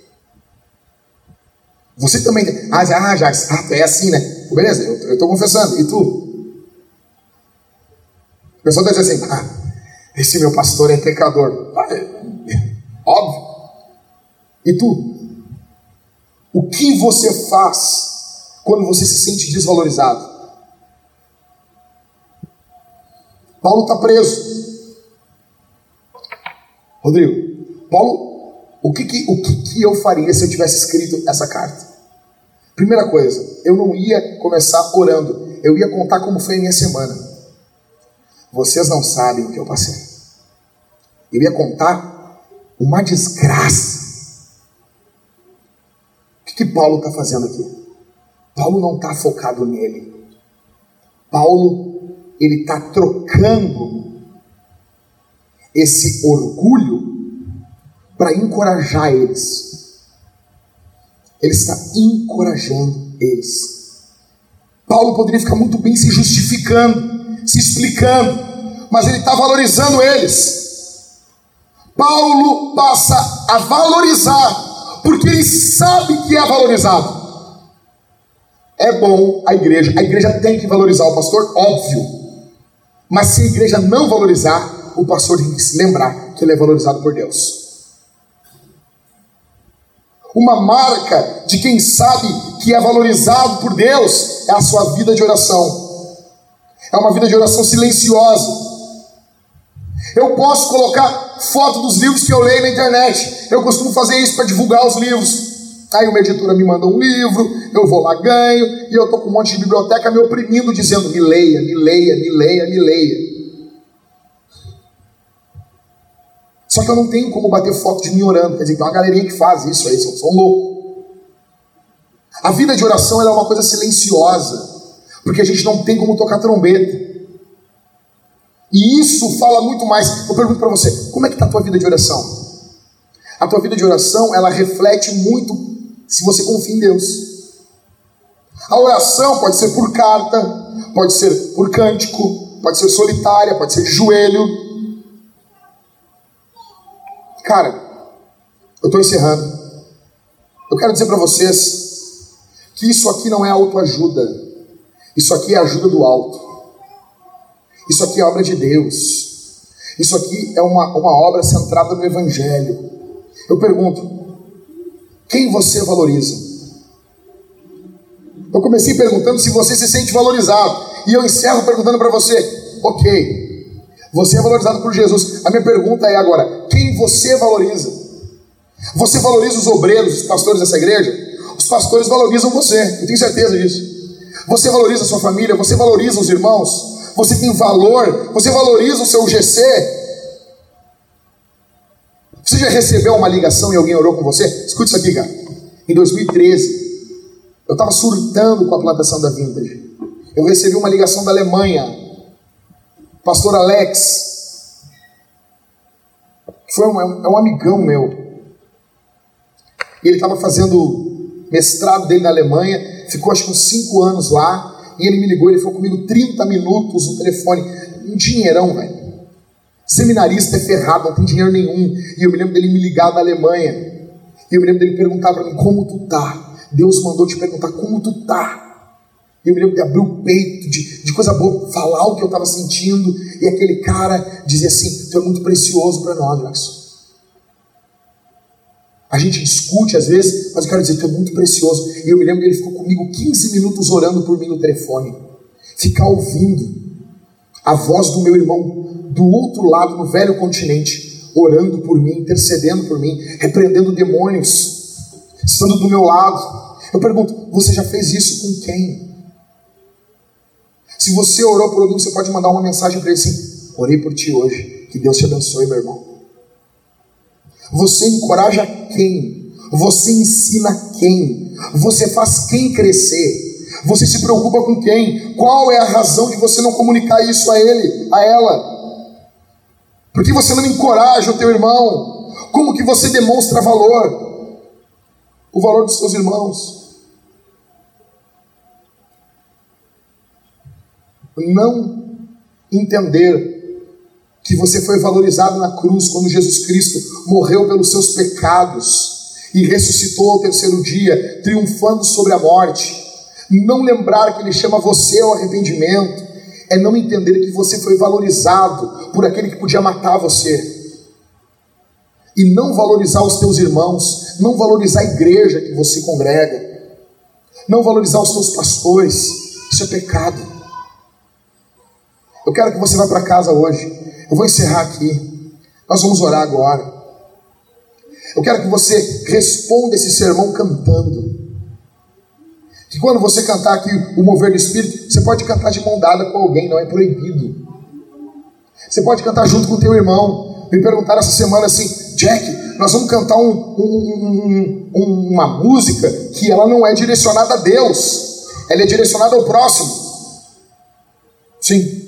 Você também tem. Ah, já, ah, já ah, é assim, né? Beleza, eu estou confessando. E tu? A pessoa vai dizer assim, ah, esse meu pastor é pecador. Ah, é, óbvio. E tu? O que você faz quando você se sente desvalorizado? Paulo está preso. Rodrigo, Paulo, o, que, que, o que, que eu faria se eu tivesse escrito essa carta? Primeira coisa, eu não ia começar orando, eu ia contar como foi a minha semana. Vocês não sabem o que eu passei. Eu ia contar uma desgraça. O que Paulo está fazendo aqui? Paulo não está focado nele. Paulo, ele está trocando esse orgulho para encorajar eles. Ele está encorajando eles. Paulo poderia ficar muito bem se justificando, se explicando, mas ele está valorizando eles. Paulo passa a valorizar, porque ele sabe que é valorizado. É bom a igreja, a igreja tem que valorizar o pastor, óbvio. Mas se a igreja não valorizar, o pastor tem que se lembrar que ele é valorizado por Deus. Uma marca de quem sabe que é valorizado por Deus é a sua vida de oração. É uma vida de oração silenciosa. Eu posso colocar foto dos livros que eu leio na internet. Eu costumo fazer isso para divulgar os livros. Aí uma editora me manda um livro, eu vou lá, ganho, e eu estou com um monte de biblioteca me oprimindo, dizendo, me leia, me leia, me leia, me leia. Só que eu não tenho como bater foto de mim orando. Quer dizer, tem uma galerinha que faz isso aí, são, são loucos. A vida de oração ela é uma coisa silenciosa, porque a gente não tem como tocar trombeta. E isso fala muito mais. Eu pergunto para você, como é que está a tua vida de oração? A tua vida de oração, ela reflete muito se você confia em Deus. A oração pode ser por carta, pode ser por cântico, pode ser solitária, pode ser de joelho. Cara, eu estou encerrando. Eu quero dizer para vocês que isso aqui não é autoajuda. Isso aqui é ajuda do alto. Isso aqui é obra de Deus. Isso aqui é uma, uma obra centrada no Evangelho. Eu pergunto, quem você valoriza? Eu comecei perguntando se você se sente valorizado. E eu encerro perguntando para você, ok, você é valorizado por Jesus. A minha pergunta é agora, quem você valoriza? Você valoriza os obreiros, os pastores dessa igreja? Os pastores valorizam você, eu tenho certeza disso. Você valoriza a sua família, você valoriza os irmãos, você tem valor, você valoriza o seu G C. Você já recebeu uma ligação e alguém orou com você? Escute isso aqui, cara. Em dois mil e treze, eu estava surtando com a plantação da Vintage. Eu recebi uma ligação da Alemanha. Pastor Alex, que foi um, é um amigão meu. E ele estava fazendo mestrado dele na Alemanha. Ficou acho que uns cinco anos lá. E ele me ligou, ele ficou comigo trinta minutos no telefone. Um dinheirão, velho. Seminarista é ferrado, não tem dinheiro nenhum. E eu me lembro dele me ligar da Alemanha. E eu me lembro dele perguntar para mim, como tu tá? Deus mandou te perguntar, como tu tá? E eu me lembro de abrir o peito, de, de coisa boa, falar o que eu estava sentindo. E aquele cara dizia assim, tu é muito precioso para nós, Jackson. A gente discute às vezes, mas eu quero dizer, tu é muito precioso. E eu me lembro que ele ficou comigo quinze minutos orando por mim no telefone. Ficar ouvindo a voz do meu irmão do outro lado, no velho continente, orando por mim, intercedendo por mim, repreendendo demônios, estando do meu lado. Eu pergunto, você já fez isso com quem? Se você orou por alguém, você pode mandar uma mensagem para ele assim, orei por ti hoje, que Deus te abençoe, meu irmão. Você encoraja quem? Você ensina quem? Você faz quem crescer? Você se preocupa com quem? Qual é a razão de você não comunicar isso a ele, a ela? Por que você não encoraja o teu irmão? Como que você demonstra valor? O valor dos seus irmãos. Não entender que você foi valorizado na cruz quando Jesus Cristo morreu pelos seus pecados e ressuscitou ao terceiro dia, triunfando sobre a morte. Não lembrar que Ele chama você ao arrependimento é não entender que você foi valorizado por aquele que podia matar você. E não valorizar os teus irmãos, não valorizar a igreja que você congrega, não valorizar os teus pastores, isso é pecado. Eu quero que você vá para casa hoje. Eu vou encerrar aqui. Nós vamos orar agora. Eu quero que você responda esse sermão cantando. Que quando você cantar aqui o mover do Espírito, você pode cantar de mão dada com alguém, não é proibido. Você pode cantar junto com o teu irmão. Me perguntaram essa semana assim, Jack, nós vamos cantar um, um, um, uma música que ela não é direcionada a Deus, ela é direcionada ao próximo. Sim.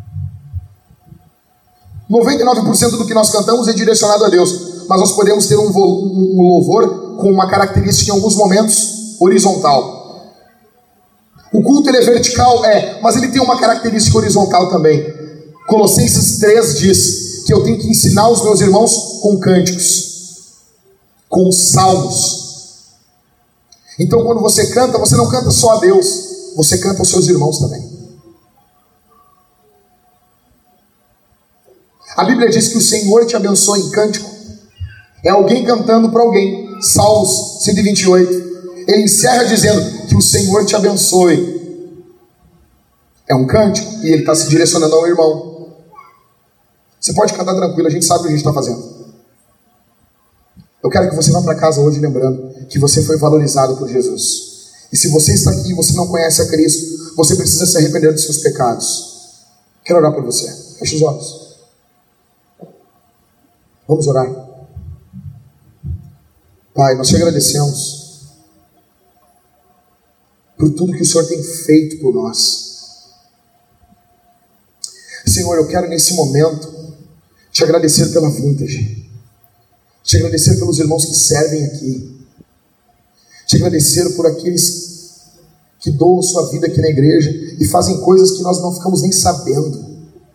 noventa e nove por cento do que nós cantamos é direcionado a Deus, mas nós podemos ter um, um louvor com uma característica em alguns momentos horizontal. O culto ele é vertical, é, mas ele tem uma característica horizontal também. Colossenses três diz que eu tenho que ensinar os meus irmãos com cânticos, com salmos. Então quando você canta, você não canta só a Deus, você canta aos seus irmãos também. A Bíblia diz que o Senhor te abençoa em cântico. É alguém cantando para alguém. Salmos cento e vinte e oito. Ele encerra dizendo que o Senhor te abençoe. É um cântico e ele está se direcionando ao irmão. Você pode cantar tranquilo, a gente sabe o que a gente está fazendo. Eu quero que você vá para casa hoje lembrando que você foi valorizado por Jesus. E se você está aqui e você não conhece a Cristo, você precisa se arrepender dos seus pecados. Quero orar por você. Feche os olhos. Vamos orar. Pai, nós te agradecemos por tudo que o Senhor tem feito por nós. Senhor, eu quero nesse momento te agradecer pela Vintage, te agradecer pelos irmãos que servem aqui, te agradecer por aqueles que doam sua vida aqui na igreja e fazem coisas que nós não ficamos nem sabendo.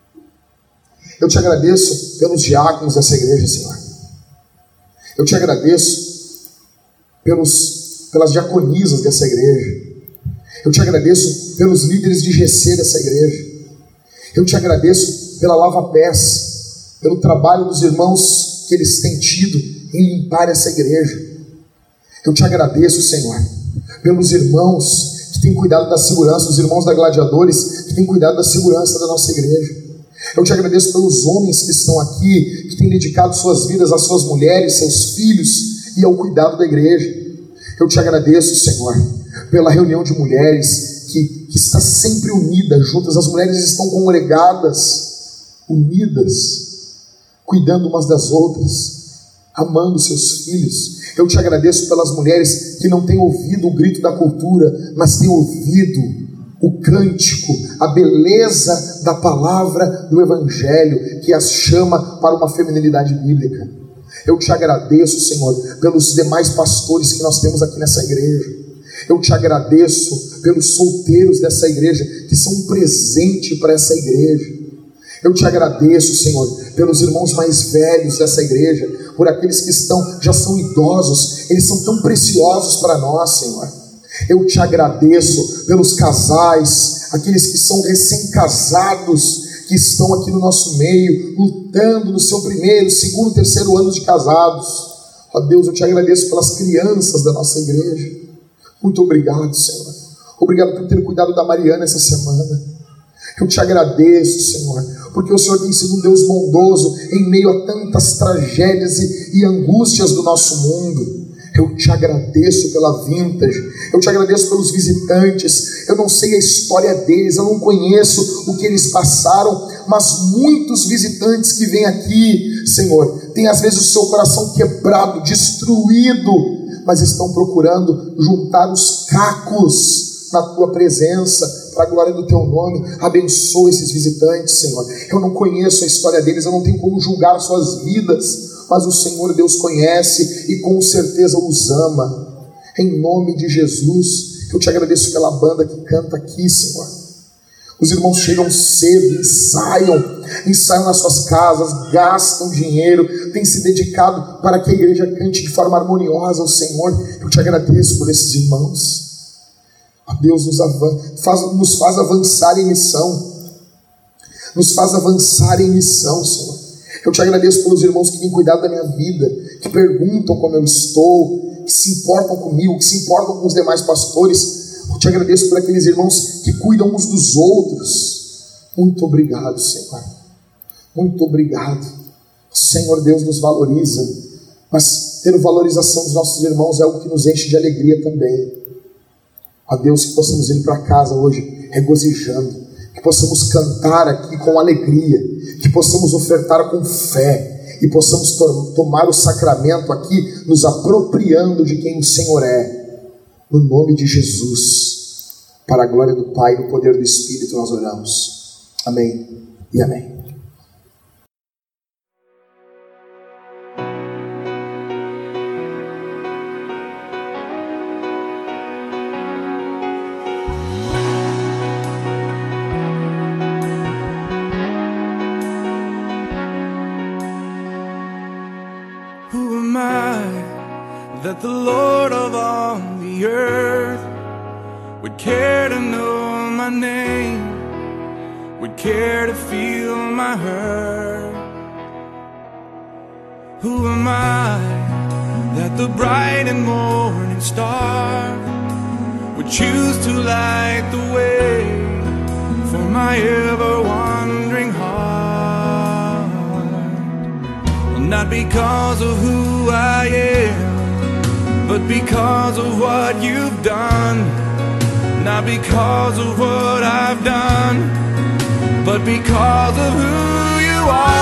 Eu te agradeço pelos diáconos dessa igreja, Senhor. Eu te agradeço pelos, pelas diaconisas dessa igreja. Eu te agradeço pelos líderes de G C dessa igreja. Eu te agradeço pela lava-pés, pelo trabalho dos irmãos que eles têm tido em limpar essa igreja. Eu te agradeço, Senhor, pelos irmãos que têm cuidado da segurança, os irmãos da Gladiadores que têm cuidado da segurança da nossa igreja. Eu te agradeço pelos homens que estão aqui, que têm dedicado suas vidas às suas mulheres, seus filhos e ao cuidado da igreja. Eu te agradeço, Senhor, pela reunião de mulheres que, que está sempre unida, juntas. As mulheres estão congregadas, unidas, cuidando umas das outras, amando seus filhos. Eu te agradeço pelas mulheres que não têm ouvido o grito da cultura, mas têm ouvido o cântico, a beleza da palavra do Evangelho, que as chama para uma feminilidade bíblica. Eu te agradeço, Senhor, pelos demais pastores que nós temos aqui nessa igreja. Eu te agradeço pelos solteiros dessa igreja, que são um presente para essa igreja. Eu te agradeço, Senhor, pelos irmãos mais velhos dessa igreja, por aqueles que estão, já são idosos, eles são tão preciosos para nós, Senhor. Eu te agradeço pelos casais, aqueles que são recém-casados, que estão aqui no nosso meio, lutando no seu primeiro, segundo, terceiro ano de casados. Ó Deus, eu te agradeço pelas crianças da nossa igreja. Muito obrigado, Senhor. Obrigado por ter cuidado da Mariana essa semana. Eu te agradeço, Senhor, porque o Senhor tem sido um Deus bondoso em meio a tantas tragédias e, e angústias do nosso mundo. Eu te agradeço pela Vintage, eu te agradeço pelos visitantes. Eu não sei a história deles, eu não conheço o que eles passaram, mas muitos visitantes que vêm aqui, Senhor, têm às vezes o seu coração quebrado, destruído, mas estão procurando juntar os cacos na tua presença, para a glória do teu nome. Abençoa esses visitantes, Senhor. Eu não conheço a história deles, eu não tenho como julgar suas vidas, mas o Senhor Deus conhece e com certeza os ama. Em nome de Jesus, eu te agradeço pela banda que canta aqui, Senhor. Os irmãos chegam cedo, ensaiam, ensaiam nas suas casas, gastam dinheiro, têm se dedicado para que a igreja cante de forma harmoniosa ao Senhor. Eu te agradeço por esses irmãos. Ó Deus, nos, avan- faz, nos faz avançar em missão, nos faz avançar em missão, Senhor. Eu te agradeço pelos irmãos que têm cuidado da minha vida, que perguntam como eu estou, que se importam comigo, que se importam com os demais pastores. Eu te agradeço por aqueles irmãos que cuidam uns dos outros. Muito obrigado, Senhor. Muito obrigado. Senhor Deus nos valoriza, mas ter valorização dos nossos irmãos é algo que nos enche de alegria também. Ó Deus, que possamos ir para casa hoje regozijando, que possamos cantar aqui com alegria, que possamos ofertar com fé e possamos to- tomar o sacramento aqui, nos apropriando de quem o Senhor é. No nome de Jesus, para a glória do Pai e no poder do Espírito nós oramos. Amém e amém. that the Lord of all the earth would care to know my name, would care to feel my hurt. Who am I that the bright and morning star would choose to light the way for my ever-wandering heart? Well, not because of who I am, but because of what you've done. Not because of what I've done, but because of who you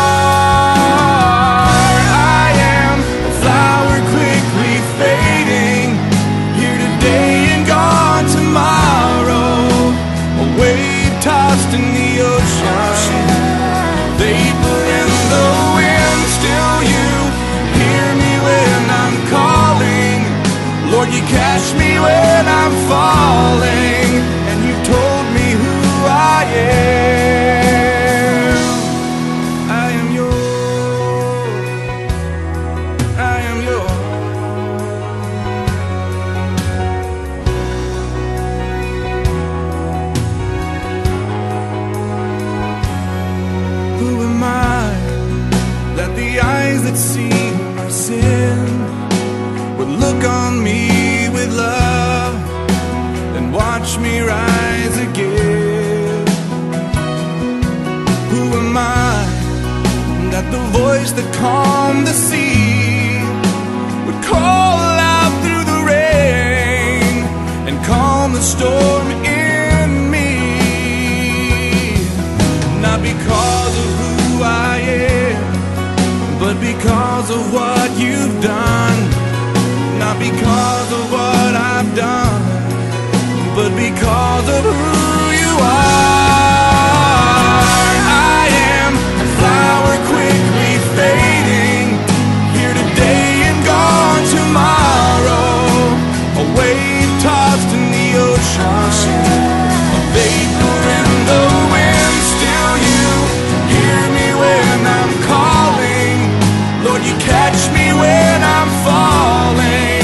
are. I am a flower quickly fading, here today and gone tomorrow, a wave tossed in the ocean, vapor in the wind. Still you hear me when I'm calling, Lord, you catch me when I'm falling, and you told me who I am. I am yours, I am yours. Who am I that the eyes that see my sin would look on me with love and watch me rise again? Who am I that the voice that calmed the sea would call out through the rain and calm the storm in me? Not because of who I am, but because of what you've done. Not because of what I've done, but because of who you are. I am a flower quickly fading, here today and gone tomorrow, a wave tossed in the ocean, a vapor in the wind. Still you hear me when I'm calling, Lord, you catch me when I'm falling.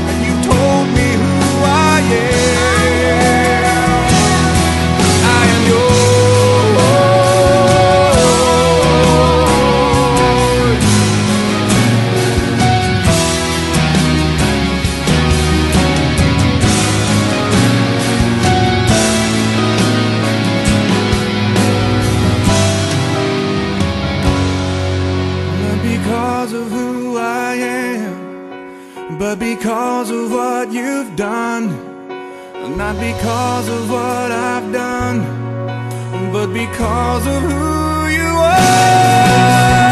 But because of what you've done, not because of what I've done, but because of who you are.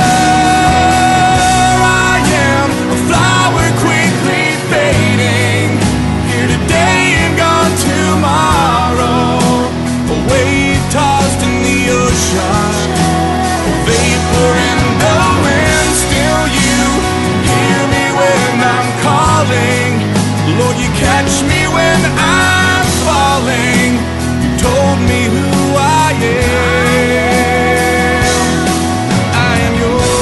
I am a flower quickly fading, here today and gone tomorrow, a wave tossed in the ocean, a vapor in the wind. Still you hear me when I'm calling, Lord, you catch me when I'm falling. You told me who I am. I am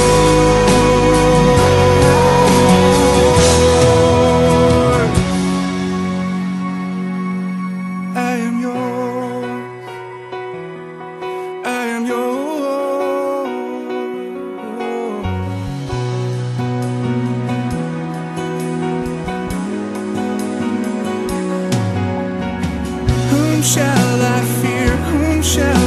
yours. I am yours. I am yours. Whom shall I fear? Whom shall